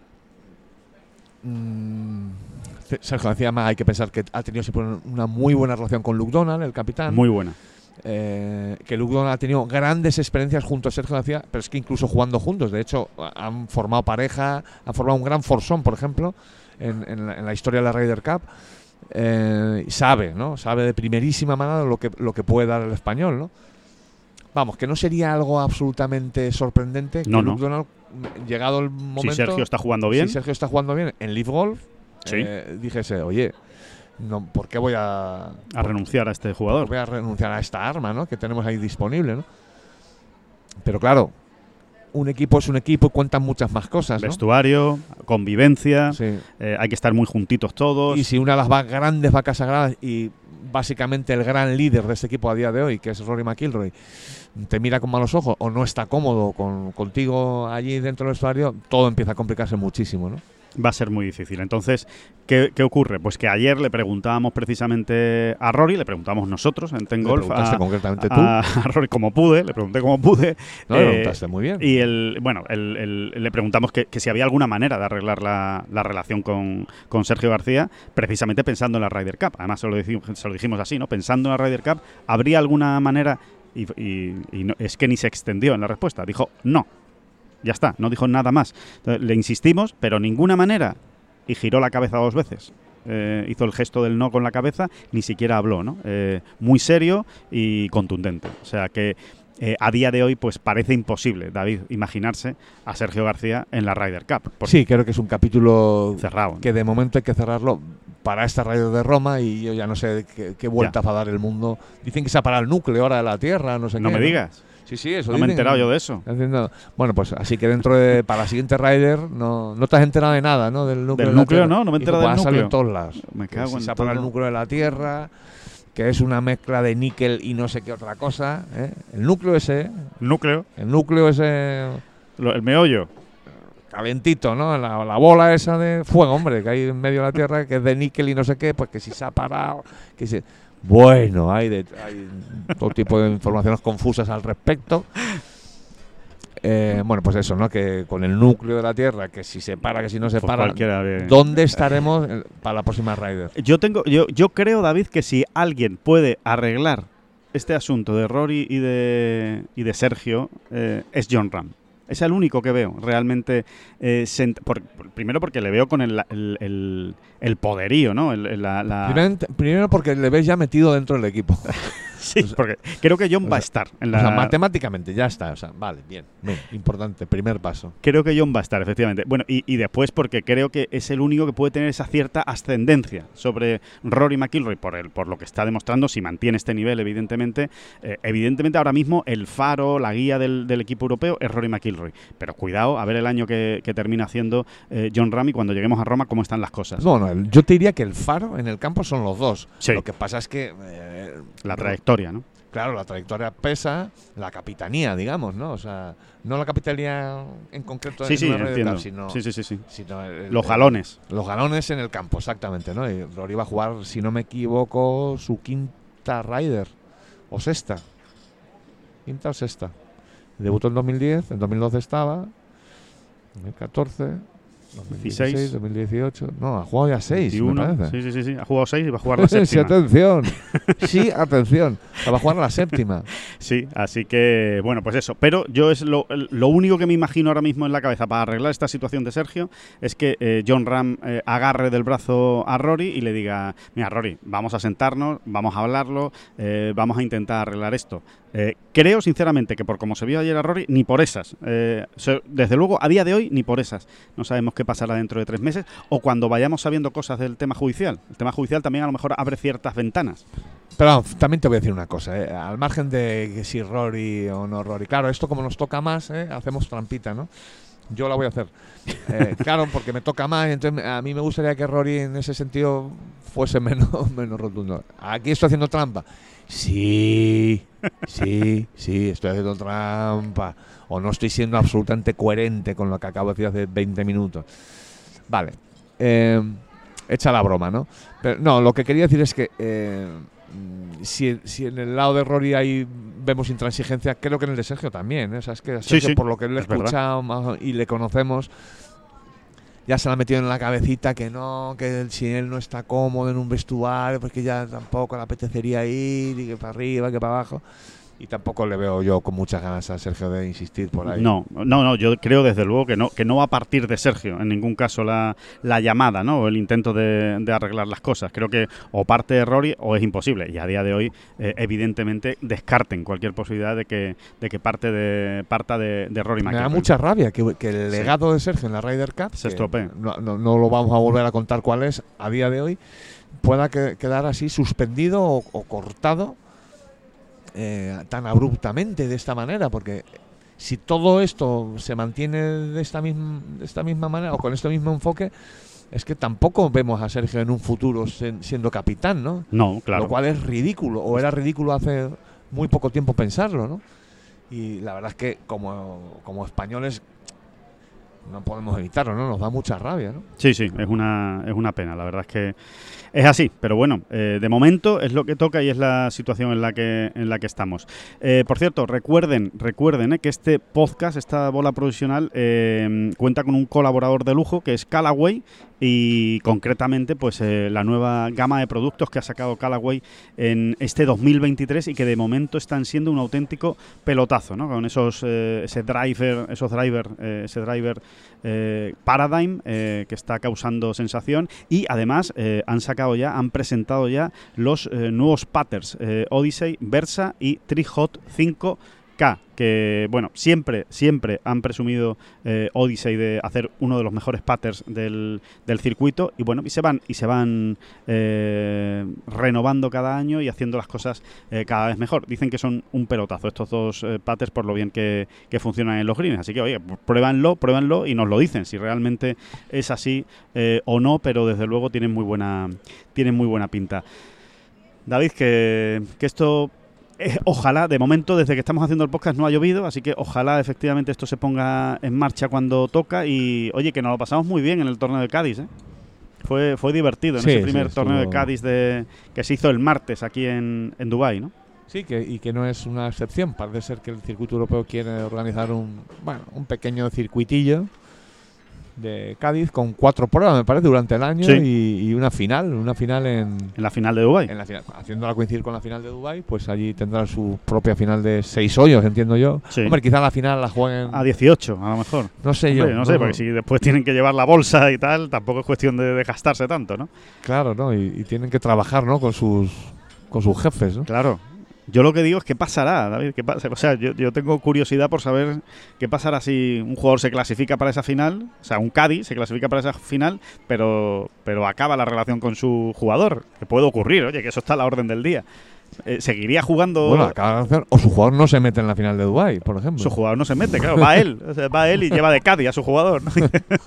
Sergio García, hay que pensar que ha tenido siempre una muy buena relación con Luke Donald, el capitán. Muy buena. Que Luke Donald ha tenido grandes experiencias junto a Sergio García, pero es que incluso jugando juntos. De hecho, han formado pareja, han formado un gran forzón, por ejemplo, en la historia de la Ryder Cup. Sabe de primerísima mano lo que puede dar el español, ¿no? Vamos, que no sería algo absolutamente sorprendente que Luke Donald, llegado el momento, si Sergio está jugando bien en Live Golf, dijese, oye, ¿por qué voy a renunciar a este jugador? Voy a renunciar a esta arma, ¿no? Que tenemos ahí disponible, ¿no? Pero claro, un equipo es un equipo y cuentan muchas más cosas, ¿no? Vestuario, convivencia, sí. Hay que estar muy juntitos todos. Y si una de las grandes vacas sagradas y básicamente el gran líder de este equipo a día de hoy, que es Rory McIlroy, te mira con malos ojos o no está cómodo contigo allí dentro del vestuario, todo empieza a complicarse muchísimo, ¿no? Va a ser muy difícil. Entonces, ¿qué ocurre? Pues que ayer le preguntábamos precisamente a Rory, le preguntamos nosotros en Ten Golf. Concretamente tú. A Rory le pregunté cómo pude. No, le preguntaste muy bien. Y le preguntamos que si había alguna manera de arreglar la relación con Sergio García, precisamente pensando en la Ryder Cup. Además, se lo dijimos así, ¿no? Pensando en la Ryder Cup, ¿habría alguna manera? Y no, es que ni se extendió en la respuesta. Dijo no. Ya está, no dijo nada más. Entonces, le insistimos, pero ninguna manera. Y giró la cabeza 2 veces. Hizo el gesto del no con la cabeza, ni siquiera habló, ¿no? Muy serio y contundente. O sea que a día de hoy pues parece imposible, David, imaginarse a Sergio García en la Ryder Cup. Sí, creo que es un capítulo cerrado, ¿no? Que de momento hay que cerrarlo para esta Ryder de Roma y yo ya no sé qué vueltas va a dar el mundo. Dicen que se ha parado el núcleo ahora de la Tierra, no sé qué. No me digas. Sí, eso no me he enterado yo de eso. Bueno, pues así que para la siguiente Ryder no te has enterado de nada, ¿no? Del núcleo. Del núcleo no me he enterado del núcleo. Sale en todos lados. Me cago en se ha parado el núcleo de la Tierra, que es una mezcla de níquel y no sé qué otra cosa, ¿eh? El núcleo ese. ¿Núcleo? El núcleo ese. El meollo. calentito, ¿no? La bola esa de fuego, hombre, que hay en medio de la Tierra, que es de níquel y no sé qué, pues que si se ha parado, que se... Bueno, hay todo tipo de informaciones confusas al respecto. Bueno, pues eso, ¿no? Que con el núcleo de la Tierra, que si se para, que si no se Pues para, ¿dónde estaremos para la próxima Ryder? Yo creo, David, que si alguien puede arreglar este asunto de Rory y de Sergio, es Jon Rahm. Es el único que veo realmente. Primero porque le veo con el poderío, ¿no? Primero porque le ves ya metido dentro del equipo. Sí, porque creo que Jon va a estar. O sea, matemáticamente ya está. O sea, vale, bien, importante, primer paso. Creo que Jon va a estar, efectivamente. Bueno, y después porque creo que es el único que puede tener esa cierta ascendencia sobre Rory McIlroy por lo que está demostrando, si mantiene este nivel, evidentemente. Evidentemente ahora mismo el faro, la guía del equipo europeo es Rory McIlroy. Pero cuidado, a ver el año que termina haciendo Jon Rahm y cuando lleguemos a Roma, cómo están las cosas. Bueno, yo te diría que el faro en el campo son los dos. Sí. Lo que pasa es que... la trayectoria, ¿no? Claro, la trayectoria pesa, la capitanía, digamos, ¿no? O sea, no la capitanía en concreto sí, en una red entiendo. de tal, sino los galones. Los galones en el campo, exactamente, ¿no? Y Rory va a jugar, si no me equivoco, su quinta Ryder, o sexta. Quinta o sexta. Debutó en 2010, en 2012 estaba, 2014... 2016, 2018. No, ha jugado ya 6. 21. Me parece. Sí. Ha jugado 6 y va a jugar la séptima. Sí, atención. Sí, atención. Va a jugar la séptima. Sí, así que, bueno, pues eso. Pero yo es lo único que me imagino ahora mismo en la cabeza para arreglar esta situación de Sergio es que Jon Rahm agarre del brazo a Rory y le diga: mira, Rory, vamos a sentarnos, vamos a hablarlo, vamos a intentar arreglar esto. Creo, sinceramente, que por como se vio ayer a Rory, ni por esas. Desde luego, a día de hoy, ni por esas. No sabemos qué pasará dentro de 3 meses o cuando vayamos sabiendo cosas del tema judicial. El tema judicial también a lo mejor abre ciertas ventanas. Pero también te voy a decir una cosa, al margen de que si Rory o no Rory. Claro, esto como nos toca más, hacemos trampita, ¿no? Yo la voy a hacer. Claro, porque me toca más, entonces a mí me gustaría que Rory en ese sentido fuese menos rotundo. Aquí estoy haciendo trampa. Sí, estoy haciendo trampa. O no estoy siendo absolutamente coherente con lo que acabo de decir hace 20 minutos. Vale. Hecha la broma, ¿no? Pero no, lo que quería decir es que si en el lado de Rory ahí vemos intransigencia, creo que en el de Sergio también. O sea, es que a Sergio, por lo que le he escuchado y le conocemos, ya se le ha metido en la cabecita que no, que si él no está cómodo en un vestuario, porque ya tampoco le apetecería ir, y que para arriba, que para abajo. Y tampoco le veo yo con muchas ganas a Sergio de insistir por ahí. No, yo creo desde luego que no va a partir de Sergio en ningún caso la llamada, ¿no? O el intento de arreglar las cosas. Creo que o parte de Rory o es imposible. Y a día de hoy, evidentemente, descarten cualquier posibilidad de que parta de Rory McIlroy. Me da mucha rabia que el legado de Sergio en la Ryder Cup se estropee. No lo vamos a volver a contar cuál es a día de hoy, pueda quedar así suspendido o cortado tan abruptamente de esta manera, porque si todo esto se mantiene de esta misma manera o con este mismo enfoque, es que tampoco vemos a Sergio en un futuro siendo capitán, ¿no? No, claro. Lo cual es ridículo, o era ridículo hace muy poco tiempo pensarlo, ¿no? Y la verdad es que como españoles no podemos evitarlo, ¿no? Nos da mucha rabia, ¿no? Sí, es una pena, la verdad es que es así, pero bueno, de momento es lo que toca y es la situación en la que estamos. Por cierto, recuerden que este podcast, esta bola provisional, cuenta con un colaborador de lujo que es Callaway, y concretamente pues la nueva gama de productos que ha sacado Callaway en este 2023 y que de momento están siendo un auténtico pelotazo, ¿no? Con ese driver Paradigm que está causando sensación, y además han presentado ya los nuevos putters Odyssey, Versa y Tri-Hot 5K, que bueno, siempre han presumido Odyssey de hacer uno de los mejores putters del circuito, y bueno, y se van renovando cada año y haciendo las cosas cada vez mejor. Dicen que son un pelotazo estos dos putters por lo bien que funcionan en los greens, así que oye, pruébanlo y nos lo dicen si realmente es así o no, pero desde luego tienen muy buena pinta. David, que esto Ojalá, de momento, desde que estamos haciendo el podcast no ha llovido, así que ojalá efectivamente esto se ponga en marcha cuando toca. Y oye, que nos lo pasamos muy bien en el torneo de Cádiz, ¿eh? Fue divertido en ese primer torneo de Cádiz que se hizo el martes aquí en Dubái, ¿no? Sí, y que no es una excepción. Parece ser que el circuito europeo quiere organizar un pequeño circuitillo de Cádiz con 4 pruebas, me parece, durante el año, y una final en la final de Dubái. Haciéndola coincidir con la final de Dubái, pues allí tendrá su propia final de 6 hoyos, entiendo yo. Sí. Hombre, quizá la final la jueguen a 18, a lo mejor. No sé. Hombre, no sé, porque si después tienen que llevar la bolsa y tal, tampoco es cuestión de gastarse tanto, ¿no? Claro, ¿no? Y tienen que trabajar, ¿no? Con sus jefes, ¿no? Claro. Yo lo que digo es qué pasará, David. O sea, yo tengo curiosidad por saber qué pasará si un jugador se clasifica para esa final, o sea, un Cádiz se clasifica para esa final, pero acaba la relación con su jugador. Que puede ocurrir, oye, que eso está a la orden del día. Seguiría jugando. Bueno, acaba de hacer, o su jugador no se mete en la final de Dubái, por ejemplo. Su jugador no se mete, claro, va él. O sea, va él y lleva de Cádiz a su jugador, ¿no?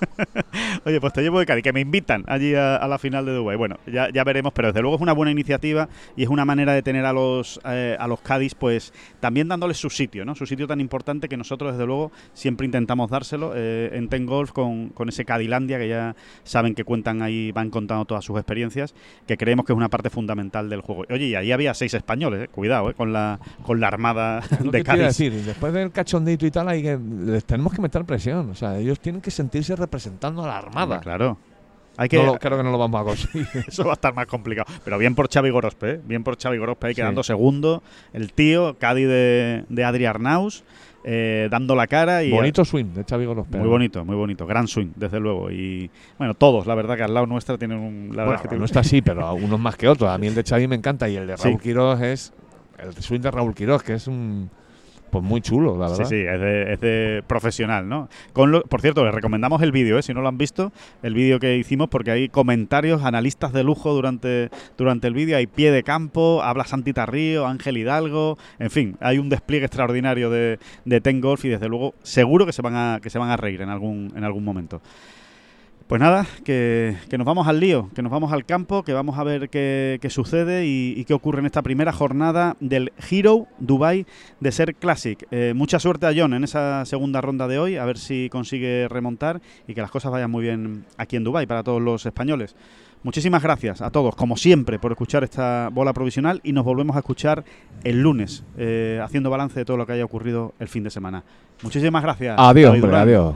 Oye, pues te llevo de Cádiz, que me invitan allí a la final de Dubái. Bueno, ya veremos, pero desde luego es una buena iniciativa y es una manera de tener a los Cádiz, pues también dándoles su sitio, ¿no? Su sitio tan importante que nosotros, desde luego, siempre intentamos dárselo en Ten Golf con ese Cadilandia, que ya saben que cuentan ahí, van contando todas sus experiencias, que creemos que es una parte fundamental del juego. Oye, y ahí había 6 españoles, cuidado, con la armada de Cádiz. Decir, después del cachondito y tal, les tenemos que meter presión. O sea, ellos tienen que sentirse representando a la armada. Claro. Creo que no lo vamos a conseguir. Eso va a estar más complicado. Pero bien por Xavi Gorospe, ¿eh? Bien por Xavi Gorospe ahí quedando segundo. El tío, Cádiz de Adri Arnaus, dando la cara. Y bonito swing de Xavi Gorospe. Muy bonito. Gran swing, desde luego. Y bueno, todos, la verdad que al lado nuestra tienen un... nuestra sí, pero a unos más que otros. A mí el de Xavi me encanta y el de Raúl Quirós es... El swing de Raúl Quirós, que es pues muy chulo, la verdad. Sí, es de profesional, ¿no? Por cierto, les recomendamos el vídeo, si no lo han visto, el vídeo que hicimos, porque hay comentarios, analistas de lujo durante el vídeo, hay pie de campo, habla Santi Tarrío, Ángel Hidalgo, en fin, hay un despliegue extraordinario de Ten Golf y desde luego seguro que se van a reír en algún momento. Pues nada, que nos vamos al lío, que nos vamos al campo, que vamos a ver qué sucede y qué ocurre en esta primera jornada del Hero Dubai Desert Classic. Mucha suerte a John en esa segunda ronda de hoy, a ver si consigue remontar y que las cosas vayan muy bien aquí en Dubái para todos los españoles. Muchísimas gracias a todos, como siempre, por escuchar esta bola provisional y nos volvemos a escuchar el lunes, haciendo balance de todo lo que haya ocurrido el fin de semana. Muchísimas gracias. Adiós, hombre, adiós.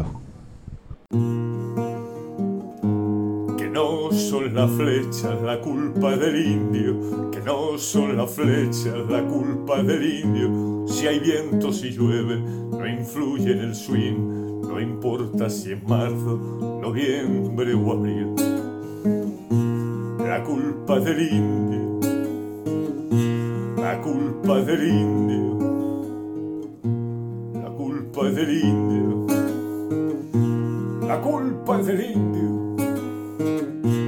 No son las flechas la culpa del indio, que no son las flechas la culpa del indio. Si hay viento, si llueve, no influye en el swing, no importa si es marzo, noviembre o abril. La culpa del indio, la culpa del indio, la culpa del indio, la culpa del indio.